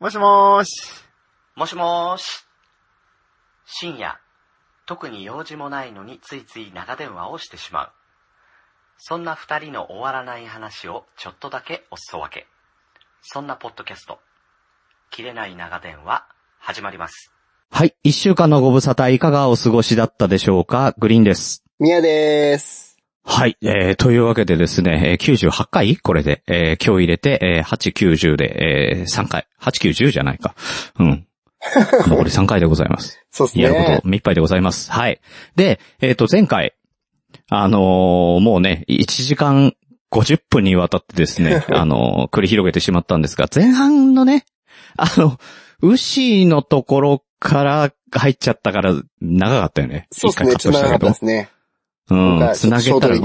もしもーし。 もしもーし。深夜、特に用事もないのについつい長電話をしてしまう。そんな二人の終わらない話をちょっとだけおすそ分け。そんなポッドキャスト、切れない長電話、始まります。 はい。一週間のご無沙汰いかがお過ごしだったでしょうか。グリーンです。 みやでーす。 はい。というわけでですね、98回これで、今日入れて、8、90で、3回。8、9、10じゃないか。うん。残り3回でございます。 そうですね。 やること目いっぱいでございます。はい。で、前回、もうね、1時間50分にわたってですね、繰り広げてしまったんですが、前半のね、ウシのところから入っちゃったから長かったよね。 そうですね。ちょっと長かったですね。 うん。繋げたら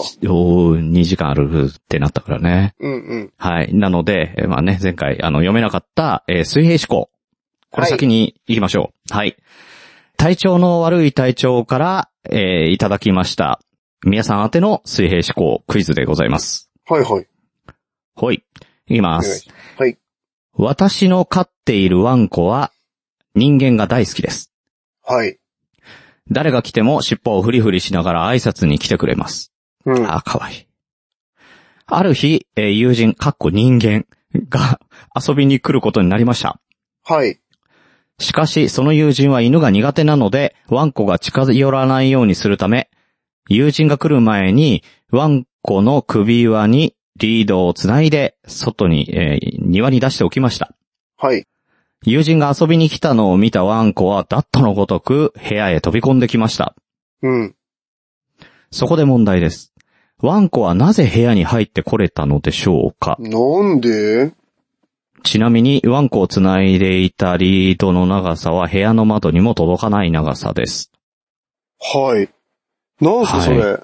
2時間あるってなったからね。 うんうん。 はい。なので、まあね、前回、読めなかった、水平思考。これ先に行きましょう。はい。体調の悪い体調から、いただきました。皆さん宛ての水平思考クイズでございます。 はいはい。 はい。いきます。 はい。 私の飼っているワンコは人間が大好きです。 はい。 誰が来ても尻尾をフリフリしながら挨拶に来てくれます。 うん。 あ、かわいい。ある日、友人、人間が遊びに来ることになりました。 はい。 しかし、その友人は犬が苦手なので、ワンコが近寄らないようにするため、友人が来る前に、ワンコの首輪にリードをつないで、外に、庭に出しておきました。 はい。 友人が遊びに来たのを見たワンコは、ダットのごとく部屋へ飛び込んできました。 うん。 そこで問題です。ワンコはなぜ部屋に入ってこれたのでしょうか？ なんで？ ちなみに、ワンコをつないでいたリードの長さは部屋の窓にも届かない長さです。 はい。なんすか、それ。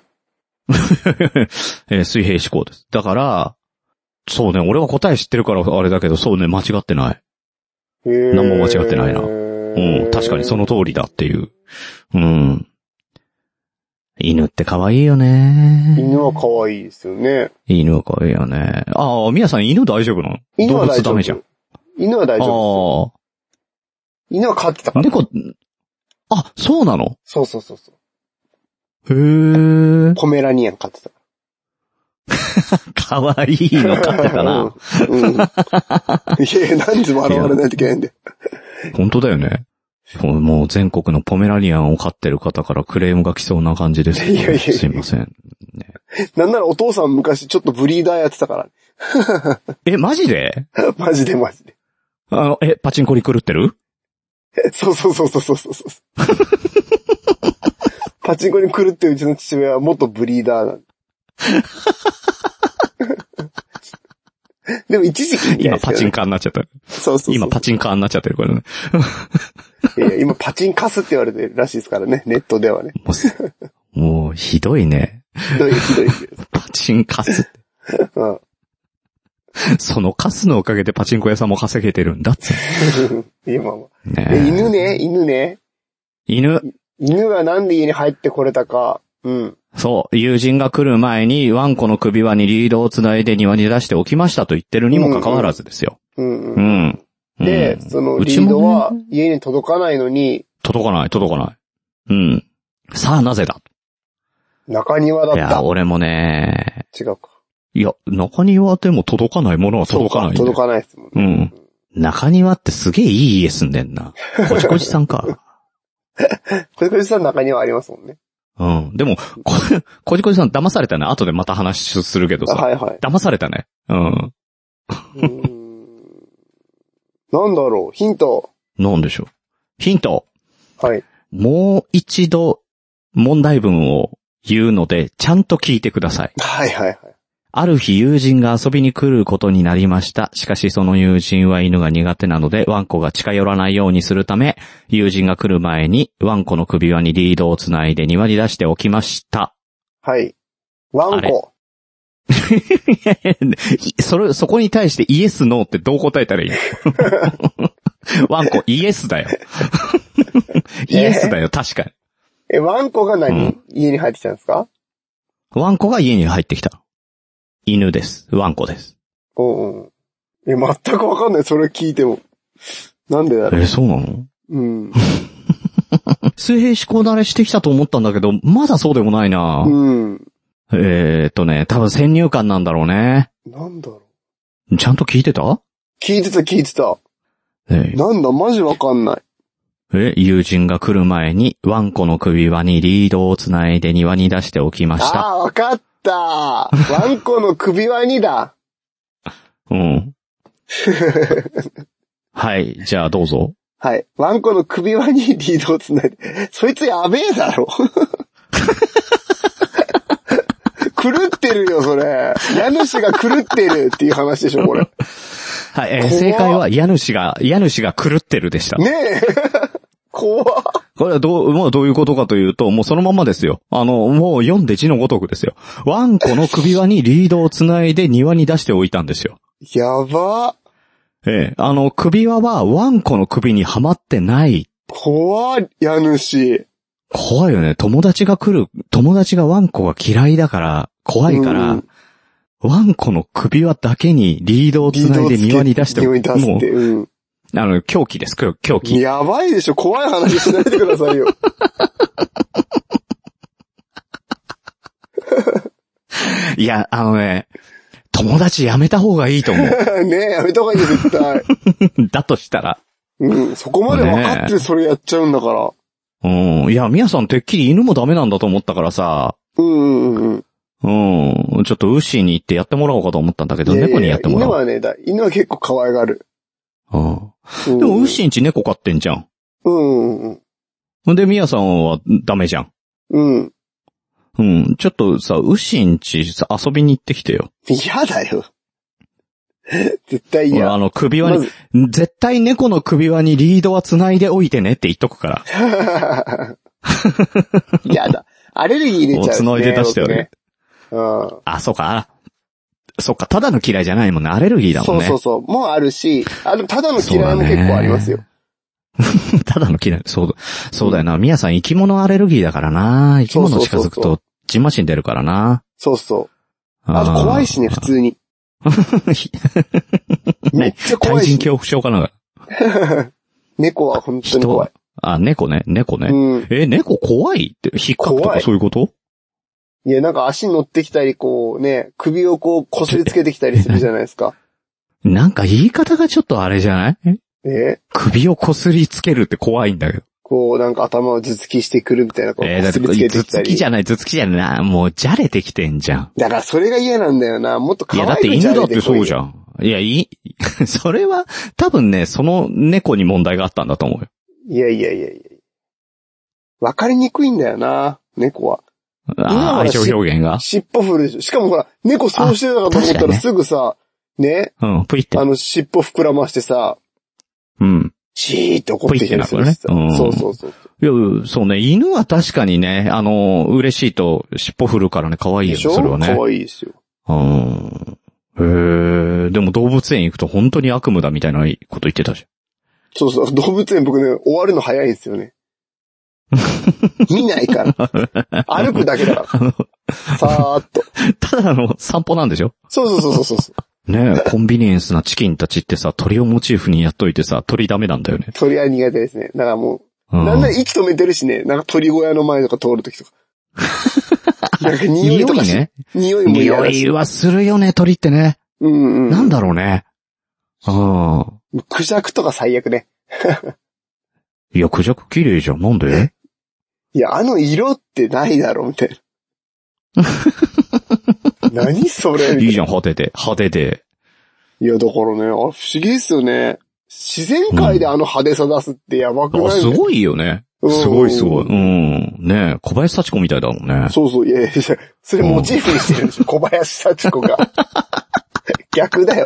水平思考です。だから、そうね、俺は答え知ってるからあれだけど、そうね、間違ってない。何も間違ってないな。うん、確かにその通りだっていう。うん。犬って可愛いよね。 犬は可愛いですよね。 犬は可愛いよね。ああ、みやさん犬大丈夫なの？ 犬は大丈夫。 動物ダメじゃん。 犬は大丈夫ですよ。犬は飼ってたから。 猫、あ、そうなの？ そうそうそうそう。 へー。 ポメラニアン飼ってた。 可愛いの飼ってたな。 うん。いや、何でも笑われないといけないんで。 本当だよね。もう全国のポメラニアンを飼ってる方からクレームが来そうな感じです。 いやすいません。ね、 なんならお父さん昔ちょっとブリーダーやってたから。 マジで？ マジで。 パチンコに狂ってる？ そう。パチンコに狂ってるうちの父親は元ブリーダーなんでも一時期みたいですよね。 今パチンカーになっちゃった。 そう。 今パチンカーになっちゃってるこれね。 いや、今パチンカスって言われてるらしいですからね、ネットではね。 もうひどいね。 ひどい。 パチンカスって。 うん。 そのカスのおかげでパチンコ屋さんも稼げてるんだって。 今は。 ね、 犬ね。犬がなんで家に入ってこれたか。うん。 そう。友人が来る前にワンコの首輪にリードをつないで庭に出しておきましたと言ってるにもかかわらずですよ。 で、そのリードは家に届かないのに。 届かない。うん。さあなぜだ？ 中庭だった。いや、俺もね。 違うか。 いや、中庭でも届かないものは届かない。 届かないですもんね。 うん。中庭ってすげえいい家住んでんな。こじこじさんか。 こじこじさん中庭ありますもんね。 うん。でも、こじこじさん騙されたね。後でまた話するけどさ。 はい。 騙されたね。うん。 なんだろう、ヒント。 なんでしょう。ヒント。 はい。 もう一度問題文を言うので、ちゃんと聞いてください。 はい。 ある日友人が遊びに来ることになりました。しかしその友人は犬が苦手なので、ワンコが近寄らないようにするため、友人が来る前にワンコの首輪にリードをつないで庭に出しておきました。 はい。ワンコ。 そこに対してイエスノーってどう答えたらいいの？ワンコイエスだよ。イエスだよ、確かに。 ワンコが家に入ってきたんですか？ ワンコが家に入ってきた。犬です。ワンコです。 全くわかんない、それ聞いても。 なんでだろう。 そうなの？ うん。 水平思考慣れしてきたと思ったんだけど、まだそうでもないな。 うん。 多分先入観なんだろうね。 なんだろう。ちゃんと聞いてた？ 聞いてた。なんだ、マジわかんない。 友人が来る前に、ワンコの首輪にリードをつないで庭に出しておきました。 ああ、わかった。ワンコの首輪にだ。 うん。はい、じゃあどうぞ。 はい。ワンコの首輪にリードをつないで。そいつやべえだろ。狂ってるよ、それ。家主が狂ってるっていう話でしょ、これ。 はい、正解は家主が狂ってるでした。 ねえ。怖っ。 これはどういうことかというと、もうそのままですよ。もう読んで字のごとくですよ。ワンコの首輪にリードをつないで庭に出しておいたんですよ。 やば。 首輪はワンコの首にはまってない。 怖い、家主。 怖いよね。友達がワンコが嫌いだから、怖いから、ワンコの首輪だけにリードをつないで庭に出しておいた。もう、狂気です、狂気。 やばいでしょ、怖い話しないでくださいよ。 いや、友達やめた方がいいと思う。 ねえ、やめた方がいいよ、絶対。 だとしたら。 うん、そこまで分かってそれやっちゃうんだから。 うん。いや、みやさんてっきり犬もダメなんだと思ったからさ。ちょっとウッシーに行ってやってもらおうかと思ったんだけど、猫にやってもらおう。 犬は結構可愛がる。 でもウッシーんち猫飼ってんじゃん。で、みやさんはダメじゃん。ちょっとさ、ウッシーんちさ、遊びに行ってきてよ。 嫌だよ。絶対嫌。 首輪に、絶対猫の首輪にリードは繋いでおいてねって言っとくから。 嫌だ。アレルギー出ちゃう、ね。 繋いで出してよね。あ、そうか。そっか、ただの嫌いじゃないもんね。アレルギーだもんね。 そう。もうあるし、ただの嫌いも結構ありますよ。 ただの嫌い。そうだよな。みやさん生き物アレルギーだからな。生き物近づくと、ジンマシン出るからな。 そう。あと怖いしね、普通に。めっちゃ怖いし。 対人恐怖症かな。 猫は本当に怖い。 猫ね。猫怖いって、引っかくとかそういうこと？ いや、なんか足乗ってきたり、こうね、首をこう擦りつけてきたりするじゃないですか。 なんか言い方がちょっとあれじゃない？首を擦りつけるって怖いんだけど。 こう、なんか頭を頭突きしてくるみたいな、こう、 だって頭突きじゃないな。もう、じゃれてきてんじゃん。 だからそれが嫌なんだよな。もっと可愛い。 いや、だって犬だってそうじゃん。いや、それは、多分ね、その猫に問題があったんだと思うよ。 いや。わかりにくいんだよな、猫は。 愛情表現が。 尻尾振るでしょ。しかもほら、猫そうしてたかと思ったらすぐさ、ね。 プイって。 尻尾膨らましてさ、チーって怒ってきたりするしさ。そう。 いや、そうね、犬は確かにね、嬉しいと尻尾振るからね、可愛いよね、それはね。 可愛いですよ。 でも動物園行くと本当に悪夢だみたいなこと言ってたじゃん。そう、 動物園僕ね、終わるの早いんですよね。見ないから。歩くだけだから。さーっと。 ただ散歩なんでしょ？ そう。 ねえ、コンビニエンスなチキンたちってさ、鳥をモチーフにやっといてさ、鳥ダメなんだよね。 鳥は苦手ですね。だからもう、なんなら息止めてるしね、なんか鳥小屋の前とか通るときとか。なんか匂いとかね。匂いも嫌だし。 匂いはするよね、鳥ってね。なんだろうね。 クジャクとか最悪ね。 いや、クジャク綺麗じゃん。なんで？ いや、色ってないだろ、みたいな。何それみたいな。 いいじゃん、派手で。 いや、だからね、不思議ですよね。自然界で派手さ出すってやばくない？ すごいよね。すごい。ねえ、小林幸子みたいだもんね。 そう。いや、それモチーフにしてるんでしょ、小林幸子が。逆だよ。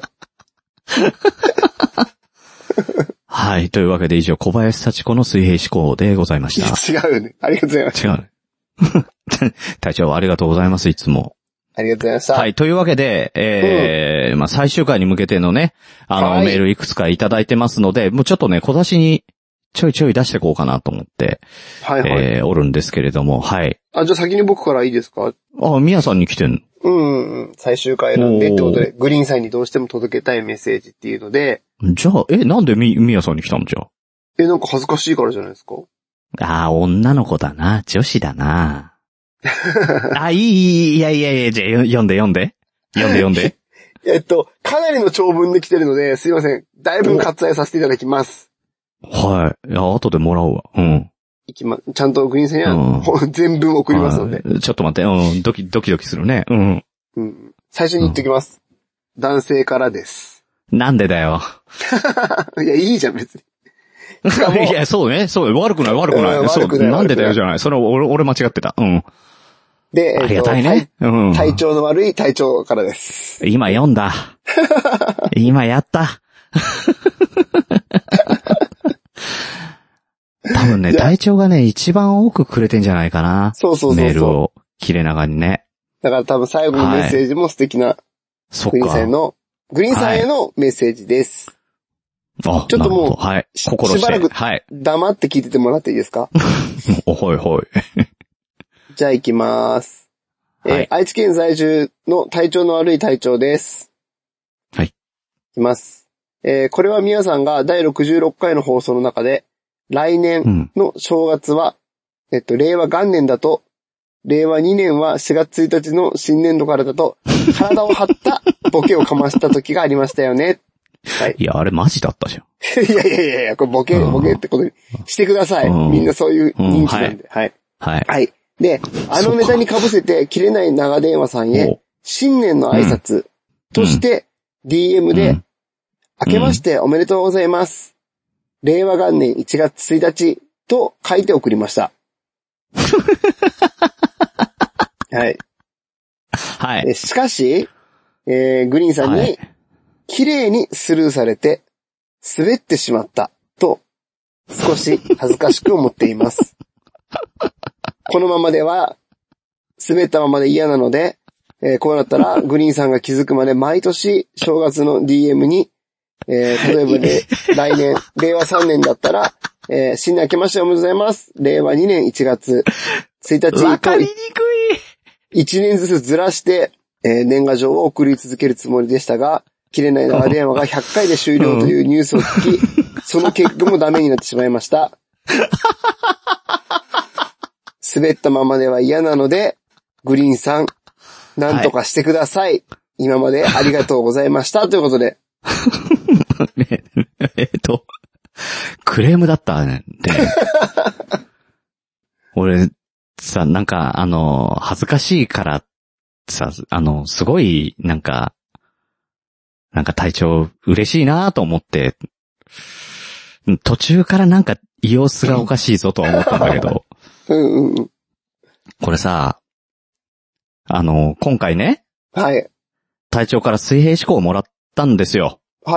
はい。というわけで以上、小林幸子の水平思考でございました。 違うよね。ありがとうございます。 違うね。隊長ありがとうございます、いつも。 ありがとうございました。 はい。というわけで、最終回に向けてのね、メールいくつかいただいてますので、もうちょっとね、小出しにちょいちょい出していこうかなと思って、おるんですけれども、はい。 じゃあ先に僕からいいですか？ みやさんに来てんの？ 最終回なんでってことで、グリーンさんにどうしても届けたいメッセージっていうので、 じゃあ、なんでみやさんに来たのじゃなんか恥ずかしいからじゃないですか？ あ。女の子だな。女子だな。いや、じゃあ、読んで。 かなりの長文で来てるので、すいません。だいぶ割愛させていただきます。 はい。いや、後でもらうわ。うん。 ちゃんとグリーンさんには、全文送りますので。 ちょっと待って、ドキドキするね。うん。 最初に言ってきます。男性からです。 なんでだよ。 いや、いいじゃん、別に。 いや、そうね。悪くない。そう、なんでだよじゃない。それ俺間違ってた。うん。 で、 ありがたいね。 体調の悪い隊長からです。 今読んだ。今やった。多分ね、隊長がね、一番多くくれてんじゃないかな。 そう。 メールを、切れ長にね。 だから多分最後のメッセージも素敵な、グリーンさんへのメッセージです。ちょっともう、 はい。心して。 しばらく、黙って聞いててもらっていいですか？ はい。 じゃあ行きまーす。愛知県在住の体調の悪い隊長です。 はい。 いきます。これは宮さんが第66回の放送の中で、来年の正月は、令和元年だと、令和2年は4月1日の新年度からだと、体を張ったボケをかました時がありましたよね。はい。 いや、あれマジだったじゃん。 いや、これボケってことにしてください。みんなそういう認知なんで。はい。で、あのネタに被せて切れない長電話さんへ、新年の挨拶として DM で、明けましておめでとうございます。令和元年1月1日と書いて送りました。はい。 はい。 しかし、グリーンさんに、綺麗にスルーされて、滑ってしまったと、少し恥ずかしく思っています。このままでは、滑ったままで嫌なので、こうなったら、グリーンさんが気づくまで毎年、正月の DM に、例えばね、来年、令和3年だったら、新年明けましておめでとうございます。令和2年1月1日わかりにくい。1年ずつずらして、年賀状を送り続けるつもりでしたが、切れない長電話が100回で終了というニュースを聞き、その結果もダメになってしまいました。滑ったままでは嫌なので、グリーンさん、なんとかしてください。今までありがとうございました。ということで。 クレームだったね。俺、さ、なんか、恥ずかしいから、さ、すごい、なんか体調嬉しいなと思って、途中からなんか様子がおかしいぞとは思ったんだけど、これさ、今回ね、 はい。 隊長から水平思考をもらったんですよ。 はい。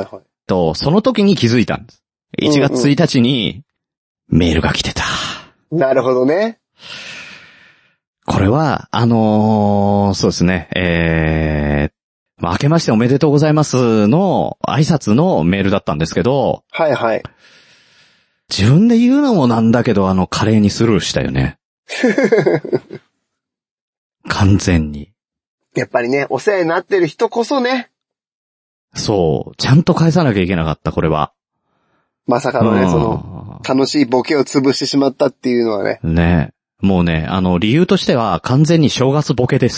と、その時に気づいたんです。1月1日にメールが来てた。 なるほどね。 これは、そうですね、明けましておめでとうございますの挨拶のメールだったんですけど、 はい。 自分で言うのもなんだけど、華麗にスルーしたよね。完全に。 やっぱりね、お世話になってる人こそね。 そう、ちゃんと返さなきゃいけなかった、これは。 まさかのね、楽しいボケを潰してしまったっていうのはね。 ね。もうね、理由としては完全に正月ボケです。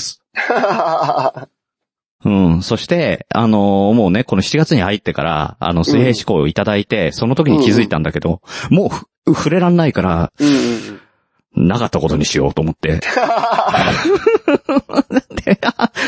そして、もうね、この7月に入ってから、水平思考をいただいて、その時に気づいたんだけど、もう触れらんないから、なかったことにしようと思って。で、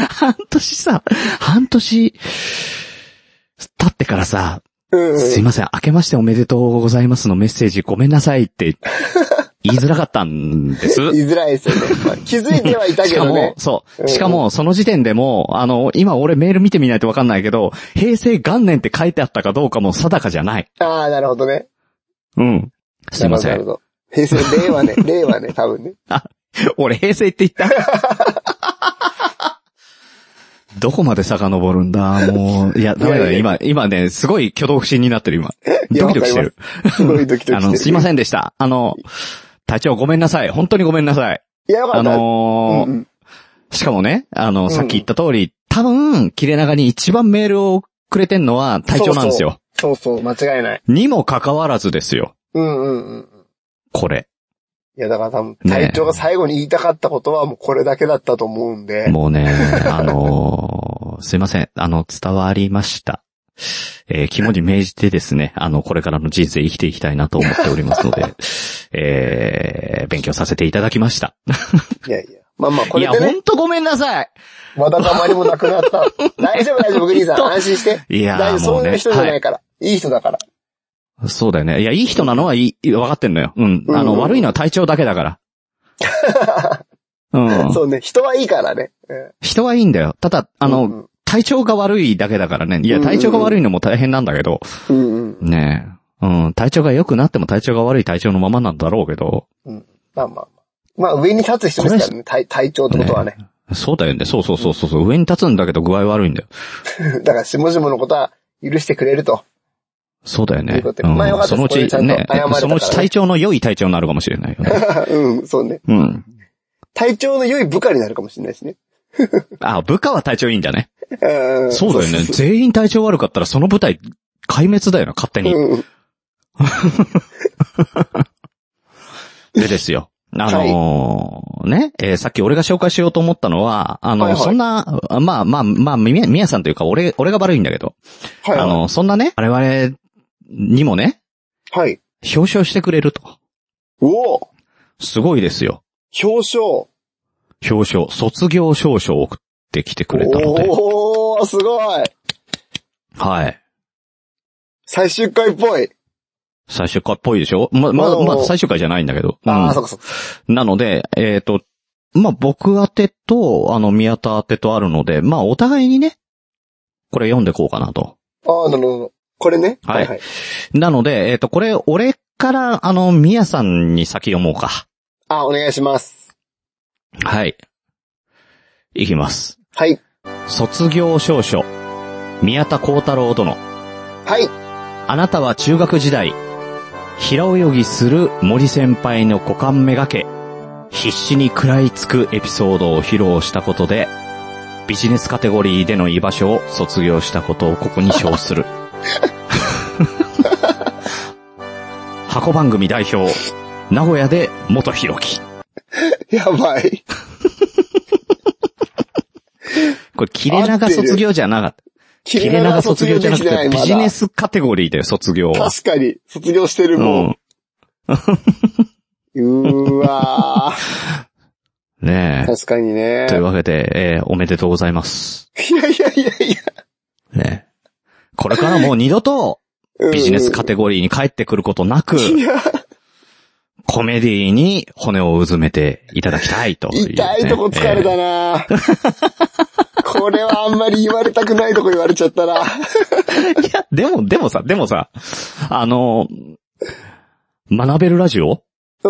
半年経ってからさ、すいません、明けましておめでとうございますのメッセージごめんなさいって言いづらかったんです。 言いづらいですよね。気づいてはいたけどね。 しかも、その時点でも、今俺メール見てみないとわかんないけど、平成元年って書いてあったかどうかも定かじゃない。 ああ、なるほどね。 すいません。 なるほど。平成、令和ね、多分ね。 俺平成って言ったどこまで遡るんだ、もう。いや、ダメだね。今ね、すごい挙動不審になってる今。ドキドキしてる。 すごいドキドキしてる。 すいませんでした。隊長ごめんなさい。本当にごめんなさい。 いや、よかった。 しかもね、さっき言った通り、多分、切れ長に一番メールをくれてんのは隊長なんですよ。 そうそう、間違いない。 にもかかわらずですよ。これ。 いや、だから多分、隊長が最後に言いたかったことはもうこれだけだったと思うんで。 もうね、すいません。伝わりました。肝に銘じてですね、これからの人生生きていきたいなと思っておりますので、勉強させていただきました。 いやいや。まあまあ、これでね。 いや、ほんとごめんなさい。 まだたまりもなくなった。大丈夫、グリーンさん。安心して。 いや、 大丈夫、そういう人じゃないから。いい人だから。 そうだよね。いや、いい人なのはいい、分かってんのよ。悪いのは体調だけだから。 そうね、人はいいからね。 人はいいんだよ。ただ、体調が悪いだけだからね。いや、体調が悪いのも大変なんだけど。ねえ。体調が良くなっても体調が悪い体調のままなんだろうけど。 まあまあ。まあ上に立つ人ですからね。体調ってことはね。 そうだよね。そう。上に立つんだけど具合悪いんだよ。 だから、下々のことは許してくれると。 そうだよね。 まあよかったです。 そのうちね、そのうち体調の良い体調になるかもしれないよね。そうね。体調の良い部下になるかもしれないしね。 部下は体調いいんだね。そうだよね。全員体調悪かったらその部隊壊滅だよな、勝手に。でですよ。さっき俺が紹介しようと思ったのは、そんな、まあ、みやさんというか、俺が悪いんだけど、そんなね、我々にもね、表彰してくれると。 おすごいですよ。 表彰、 卒業証書を送ってきてくれたので。 おー、すごい。 はい。 最終回っぽい。 最終回っぽいでしょまだ最終回じゃないんだけど。 そうか。 なので、僕宛てと、宮田宛てとあるので、お互いにね、これ読んでこうかなと。 なるほど。これね。 はい。なので、これ、俺から、宮さんに先読もうか。 お願いします。 はい。いきます。 はい。 卒業証書、宮田幸太郎殿。 はい。 あなたは中学時代、平泳ぎする森先輩の股間めがけ、必死に食らいつくエピソードを披露したことで、ビジネスカテゴリーでの居場所を卒業したことをここに称する。箱番組代表、名古屋で元弘樹。 やばい。 これ、切れ長卒業じゃなかった。切れ長卒業じゃなくて、ビジネスカテゴリーで卒業は。 確かに、卒業してるもん。うわー。ねえ。 確かにね。 というわけで、おめでとうございます。 いや。 ねえ。これからもう二度と、ビジネスカテゴリーに帰ってくることなく、コメディに骨をうずめていただきたいという、ね。 痛いとこ疲れたなこれはあんまり言われたくないとこ言われちゃったな。いや、でもさ、学べるラジオ？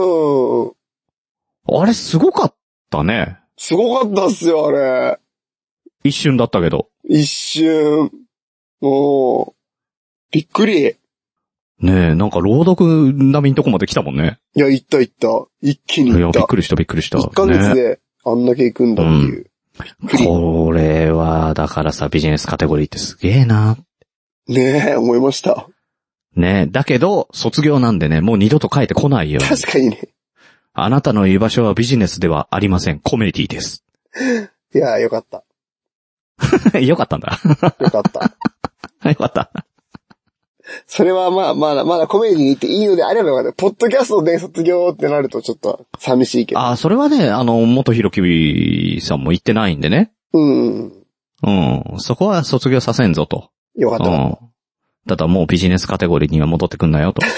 あれすごかったね。 すごかったっすよ、あれ。 一瞬だったけど。 一瞬。もう、びっくり。 ねえ、なんか朗読並みんとこまで来たもんね。 いや、行った。一気に行った。 いや、びっくりした。 1ヶ月であんだけ行くんだっていう。 これは、だからさ、ビジネスカテゴリーってすげえな。 ねえ、思いました。 ねえ、だけど、卒業なんでね、もう二度と帰ってこないよ。 確かにね。 あなたの居場所はビジネスではありません。コメディです。 いや、よかった。 よかったんだ。 よかった。 よかった。 それはまだコメディに行っていいのであればよかった。ポッドキャストで卒業ってなるとちょっと寂しいけど。 それはね、元ひろきさんも言ってないんでね。そこは卒業させんぞと。 よかった。 ただもうビジネスカテゴリーには戻ってくんなよと。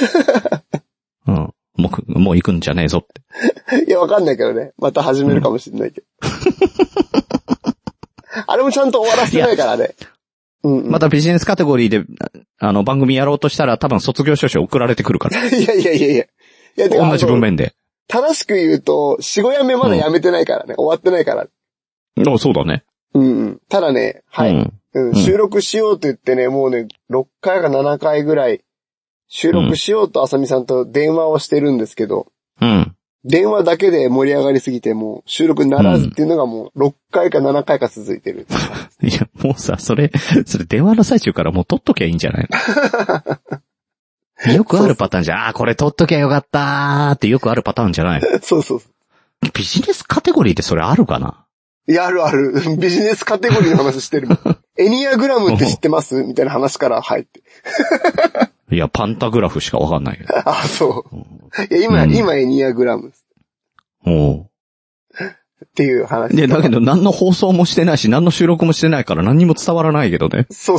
もう行くんじゃねえぞって。 いや、わかんないけどね。また始めるかもしれないけど。あれもちゃんと終わらせてないからね。 またビジネスカテゴリーで、番組やろうとしたら多分卒業証書送られてくるから。 いや。 同じ文面で。 正しく言うと、4、5やめまだやめてないからね。終わってないから。 そうだね。 ただね、はい。収録しようと言ってね、もうね、6回か7回ぐらい、収録しようとあさみさんと電話をしてるんですけど、 電話だけで盛り上がりすぎてもう収録ならずっていうのがもう6回か7回か続いてる。 いや、もうさ、それ電話の最中からもう撮っときゃいいんじゃないの？よくあるパターンじゃん。これ撮っときゃよかったーってよくあるパターンじゃないの？ そうそう。 ビジネスカテゴリーってそれあるかな？ いや、あるある。ビジネスカテゴリーの話してるもん。エニアグラムって知ってますみたいな話から入って。 いや、パンタグラフしかわかんないけど。 そう。いや、今エニアグラム。 おう。 っていう話。 で、だけど何の放送もしてないし、何の収録もしてないから何にも伝わらないけどね。 そう。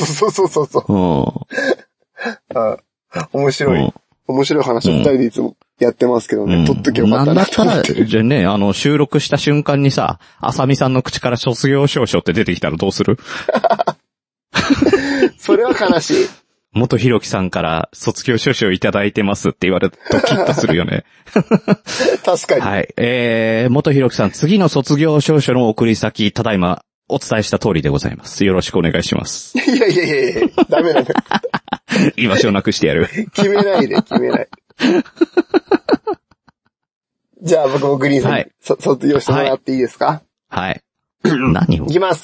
面白い話を二人でいつもやってますけどね。撮っときゃよかったなと思って。 なんだったら、じゃあね、収録した瞬間にさ、あさみさんの口から卒業証書って出てきたらどうする？ それは悲しい。 元ひろきさんから卒業証書をいただいてますって言われるとドキッとするよね。 確かに。 はい。元ひろきさん、次の卒業証書の送り先、ただいまお伝えした通りでございます。よろしくお願いします。 いや、ダメ。 居場所をなくしてやる。 決めない。じゃあ僕もグリーンさんに、はい、卒業してもらっていいですか？ はい。何を？ いきます。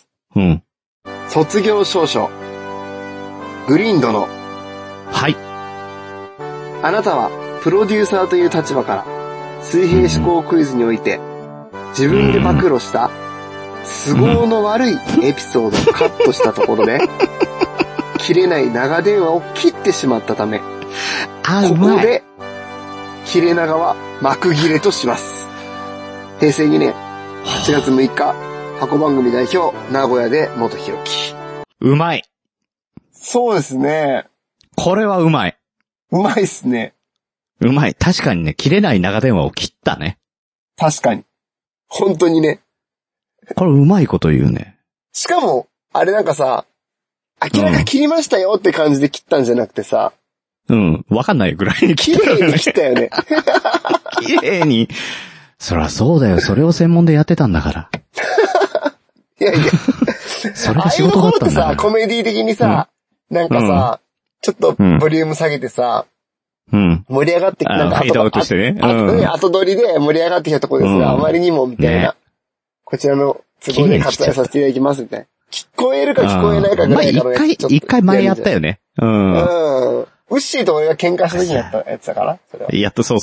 うん。 卒業証書。グリーン殿。 はい。 あなたはプロデューサーという立場から水平思考クイズにおいて自分で暴露した都合の悪いエピソードをカットしたところで切れない長電話を切ってしまったため、ここで切れ長は幕切れとします。平成2年8月6日、箱番組代表名古屋で元ひろき。 うまい。 そうですね。 これはうまい。 うまいっすね。 うまい。確かにね、切れない長電話を切ったね。 確かに。本当にね。 これうまいこと言うね。 しかも、あれなんかさ、明らか切りましたよって感じで切ったんじゃなくてさ。 うん。わかんないぐらいに切ったよね。 綺麗に切ったよね。 綺麗に。そりゃそうだよ。それを専門でやってたんだから。 いや。 それが仕事だったんだから。ああいうところってさ、コメディ的にさ、なんかさ、ちょっとボリューム下げてさ、盛り上がってきて、なんかフェードアウトしてね。 後取りで盛り上がってきたところですが、あまりにも、みたいな。こちらの都合で割愛させていただきます、みたいな。聞こえるか聞こえないかぐらいからね。 一回前やったよね。 ウッシーと俺が喧嘩した時にやったやつだからそれは。 やっと、そう、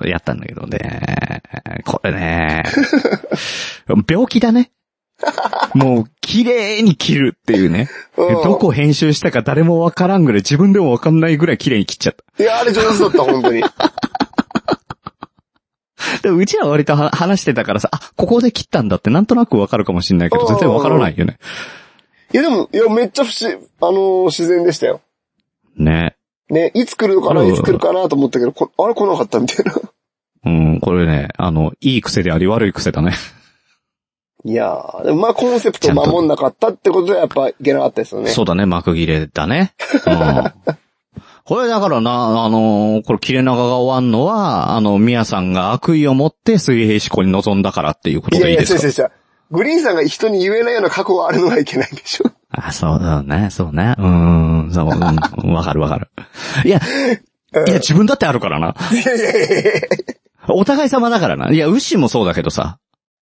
やったんだけどね。これね。病気だね。もう、綺麗に切るっていうね。どこ編集したか誰もわからんぐらい、自分でもわかんないぐらい綺麗に切っちゃった。 いや、あれ上手だった、本当に。 でもうちは割と話してたからさ、ここで切ったんだってなんとなくわかるかもしれないけど、全然わからないよね。 いやでも、めっちゃ自然でしたよ。 ね。 ね、いつ来るかなと思ったけど、あれ来なかったみたいな。 これね、いい癖であり悪い癖だね。 いやー、でもコンセプトを守んなかったってことはやっぱいけなかったですよね。 そうだね、幕切れだね。これだからな、これ切れ長が終わんのは、ミヤさんが悪意を持って水平思考に臨んだからっていうことでいいですか？ いや、グリーンさんが人に言えないような過去があるのはいけないでしょ。 そうだね。そう、わかる。いや、自分だってあるからな。 いや。 お互い様だからな。いや、ウッシーもそうだけどさ。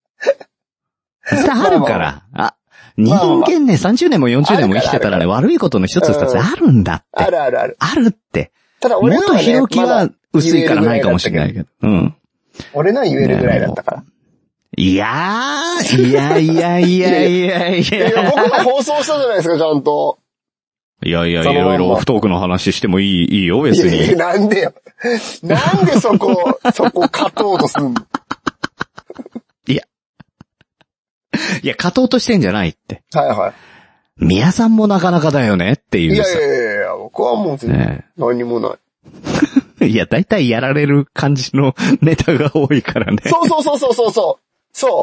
あるから。人間ね、30年も40年も生きてたらね、悪いことの一つ二つあるんだって。 ある。 あるって。 ただ俺のはね、 元ひろきは薄いからないかもしれないけど。 俺のは言えるぐらいだったから。 いや、僕も放送したじゃないですか、ちゃんと。 いろいろオフトークの話してもいいよ、別に。 なんでよ。なんでそこ勝とうとすんの？ いや、勝とうとしてんじゃないって。 はい。 宮さんもなかなかだよねっていうさ。 いや、僕はもう全然何もない。 いや、だいたいやられる感じのネタが多いからね。 そう。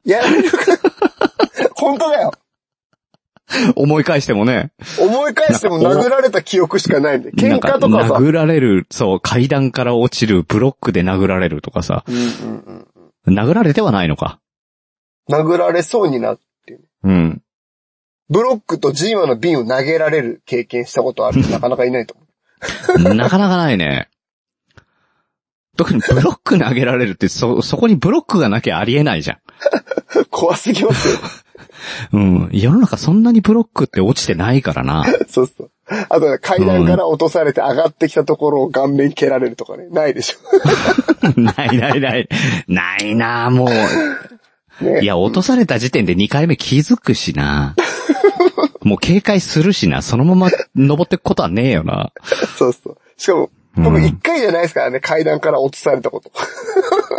やられるから。本当だよ。 思い返しても殴られた記憶しかないんで。喧嘩とかさ。 殴られる、そう、階段から落ちる、ブロックで殴られるとかさ。殴られてはないのか。 殴られそうになって。ブロックとジーマの瓶を投げられる経験したことあるなかなかいないと思う。 なかなかないね。 特にブロック投げられるって、そこにブロックがなきゃありえないじゃん。 怖すぎますよ。 うん。世の中そんなにブロックって落ちてないからな。 そうそう。あと、階段から落とされて上がってきたところを顔面蹴られるとかね。ないでしょ。 ないな、もう。 ね、 いや、落とされた時点で2回目気づくしな。もう警戒するしな。そのまま登ってくことはねえよな。 そうそう。しかも、僕1回じゃないですからね、階段から落とされたこと。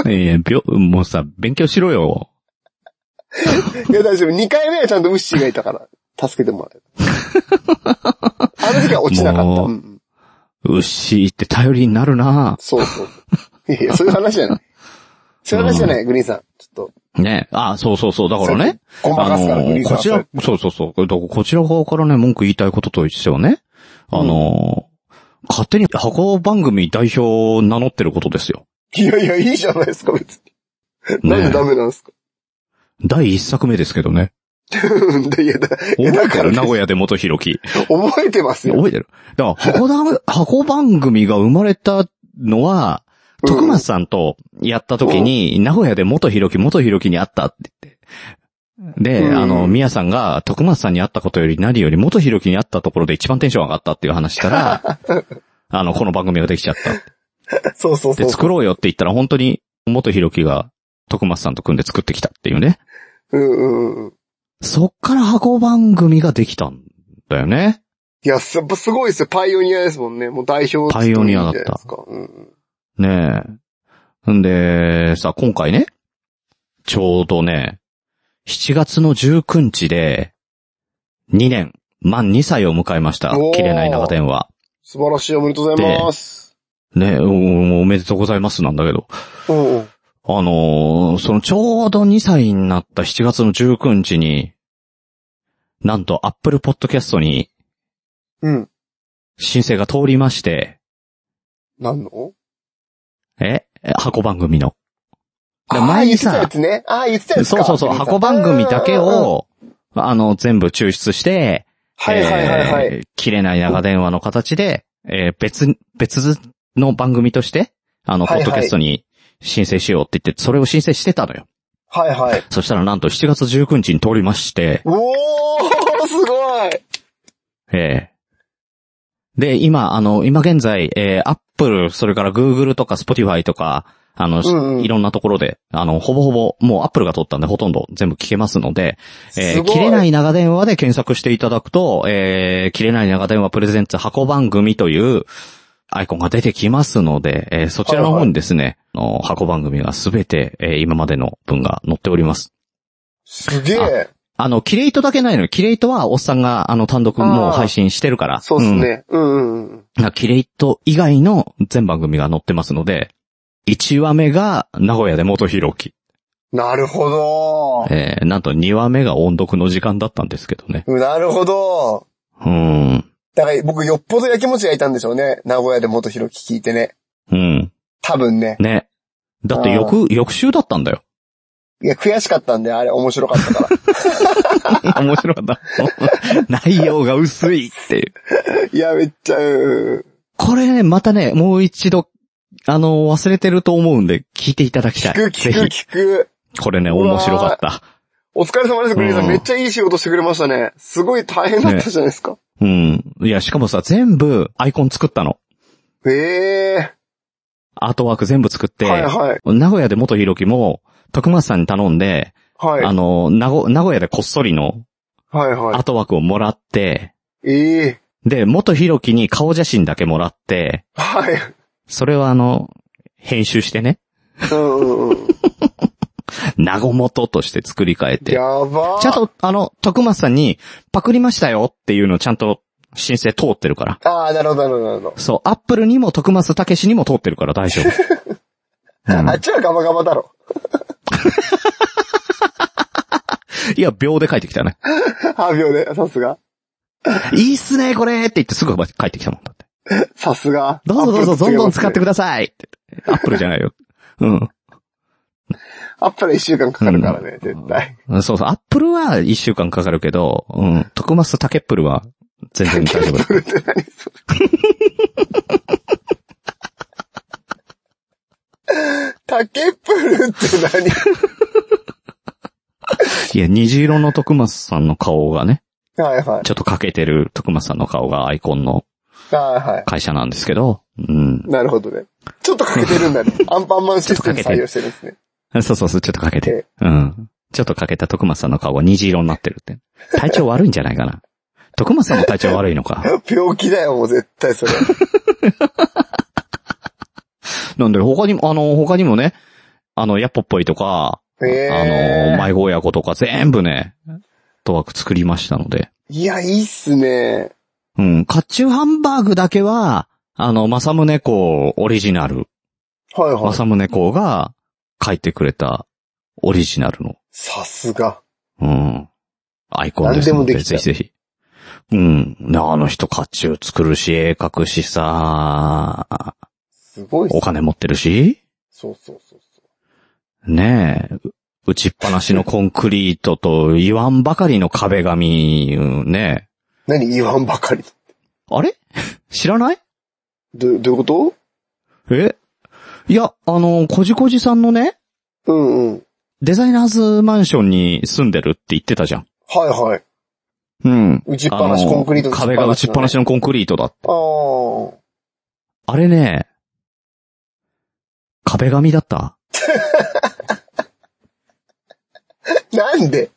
いや、もうさ、勉強しろよ。 いや、大丈夫。2回目はちゃんとウッシーがいたから、助けてもらえる。あの時は落ちなかった。 ウッシーって頼りになるな。 そうそう。いや、そういう話じゃない。そういう話じゃない、グリーンさん。ちょっと。 ねそう。だからね。 ごまかすからグリーンさん。 こちら、そう。こちら側からね、文句言いたいこととしてはね。勝手に箱番組代表を名乗ってることですよ。 いや、いいじゃないですか、別に。なんでダメなんですか。 第1作目ですけどね。 いや、 だから名古屋で元弘樹。 覚えてますよ。 覚えてる。だから箱番組が生まれたのは、徳松さんとやった時に、名古屋で元弘樹に会ったって言って。で、宮さんが徳松さんに会ったことより何より元弘樹に会ったところで一番テンション上がったっていう話したら、この番組ができちゃった。 そう。 で、作ろうよって言ったら本当に元弘樹が徳松さんと組んで作ってきたっていうね。そっから箱番組ができたんだよね。 いや、すごいですよ。パイオニアですもんね。もう代表パイオニアだった。ねえ。んで、さ、今回ね、ちょうどね、7月の19日で、2年、満2歳を迎えました。切れない長電話。 素晴らしい、おめでとうございます。 ね、おめでとうございますなんだけど。そのちょうど2歳になった7月の19日に、なんと Apple Podcast に、申請が通りまして、 何の？ 箱番組の。 前にさ、言ってたやつか。 そう、箱番組だけを、全部抽出して、切れない長電話の形で、別の番組として、ポッドキャストに申請しようって言って、それを申請してたのよ。そしたらなんと7月19日に通りまして。 おー、すごい。 で、今現在、Apple、それから Google とか Spotify とか、いろんなところで、ほぼほぼ、もう Apple が取ったんでほとんど全部聞けますので、切れない長電話で検索していただくと、切れない長電話プレゼンツ箱番組というアイコンが出てきますので、そちらの方にですね、箱番組がすべて、今までの分が載っております。 すげえ。 キレイトだけないのよ。キレイトはおっさんが単独もう配信してるから。 そうですね。 キレイト以外の全番組が載ってますので、1話目が名古屋で元弘樹。 なるほど。 なんと2話目が音読の時間だったんですけどね。 なるほど。だから僕よっぽどやきもちがいたんでしょうね。名古屋で元弘樹聞いてね。多分ね。 ね。だって翌週だったんだよ。 いや、悔しかったんで、あれ面白かったから。面白かった。内容が薄いっていう。 いや、めっちゃ、 これね、またね、もう一度、忘れてると思うんで、聞いていただきたい。 聞く。 これね、面白かった。 お疲れ様です、グリーンさん。めっちゃいい仕事してくれましたね。すごい大変だったじゃないですか。 いや、しかもさ、全部アイコン作ったの。アートワーク全部作って、名古屋で元弘樹も、徳松さんに頼んで、名古屋でこっそりの、アートワークをもらって、で、元弘樹に顔写真だけもらって、それを編集してね。名古元として作り変えて。 やばー。 ちゃんと、徳松さんに、パクりましたよっていうのをちゃんと申請通ってるから。 なるほど。 そう、アップルにも徳松武史にも通ってるから大丈夫。 あっちはガバガバだろ。 いや、秒で帰ってきたね。 秒で、さすが。 いいっすね、これって言ってすぐ帰ってきたもんだって。 さすが。 どうぞ、どんどん使ってくださいって。アップルじゃないよ。 アップルは1週間かかるからね、絶対。 そう、アップルは1週間かかるけど、徳松タケップルは全然大丈夫だ。タケップルって何それタケプルって何？ いや、虹色の徳松さんの顔がね、 はいはい。 ちょっと欠けてる徳松さんの顔がアイコンのはいはい。 会社なんですけど、うん。 なるほどね。ちょっと欠けてるんだね。アンパンマンシステム採用してるんですね。 そうそうそう、ちょっと欠けてる。うん。ちょっと欠けた徳松さんの顔が虹色になってるって。体調悪いんじゃないかな。徳松さんの体調悪いのか。 病気だよ、もう絶対それ。 なんで他にもね、ヤッポっぽいとか、迷子親子とか全部ね、トワーク作りましたので。 いや、いいっすね。 うん、甲冑ハンバーグだけは、正宗公オリジナル。 はいはい。 正宗公が書いてくれたオリジナルの。 さすが。 うん。アイコンですので、 何でもできた。 ぜひぜひ。うん。あの人甲冑作るし、絵描くしさ。 すごいっすね。 お金持ってるし。 そうそうそうそう。 ねえ。打ちっぱなしのコンクリートと言わんばかりの壁紙、ねえ。 何言わんばかり。 あれ知らない？ どういうこと？ いや、こじこじさんのね。 うんうん。 デザイナーズマンションに住んでるって言ってたじゃん。 はいはい。 うん。 打ちっぱなしコンクリート、 壁が打ちっぱなしのコンクリートだって。あれね、壁紙だった。 なんで？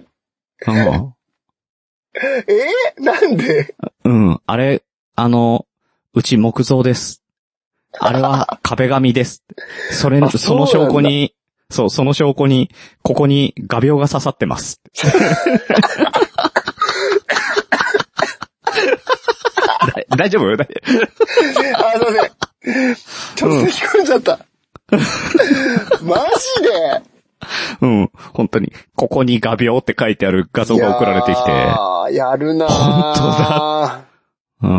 なんで？ うん。あれ、うち木造です。あれは壁紙です。その証拠に、その証拠に、ここに画鋲が刺さってます。大丈夫？すいません。ちょっと咳込んじゃった。マジで？ うん、本当に。ここに画鋲って書いてある画像が送られてきて。 やるなぁ。 本当だ。うん。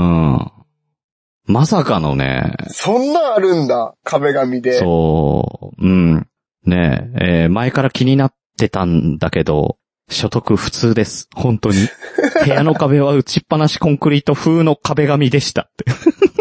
まさかのね。 そんなんあるんだ、壁紙で。 そう。うん。ねえ、前から気になってたんだけど、所得普通です。本当に。部屋の壁は打ちっぱなしコンクリート風の壁紙でしたって。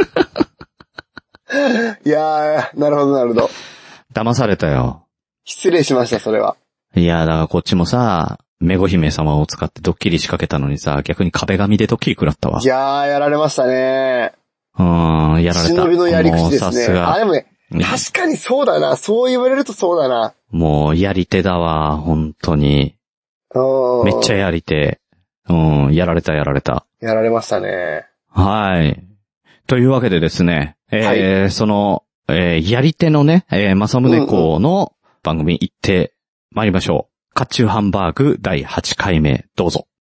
いやー、なるほどなるほど。 騙されたよ。 失礼しました、それは。 いや、だからこっちもさ、メゴ姫様を使ってドッキリ仕掛けたのにさ、逆に壁紙でドッキリ食らったわ。 いやー、やられましたね。 やられた。 忍びのやり口ですね。 さすが。 でもね、確かにそうだな。そう言われるとそうだな。 もう、やり手だわ、本当に。めっちゃやり手。やられた。やられましたね。 はい。というわけでですね、その、やり手のね、正宗公の番組行って参りましょう。甲冑ハンバーグ第8回目、どうぞ。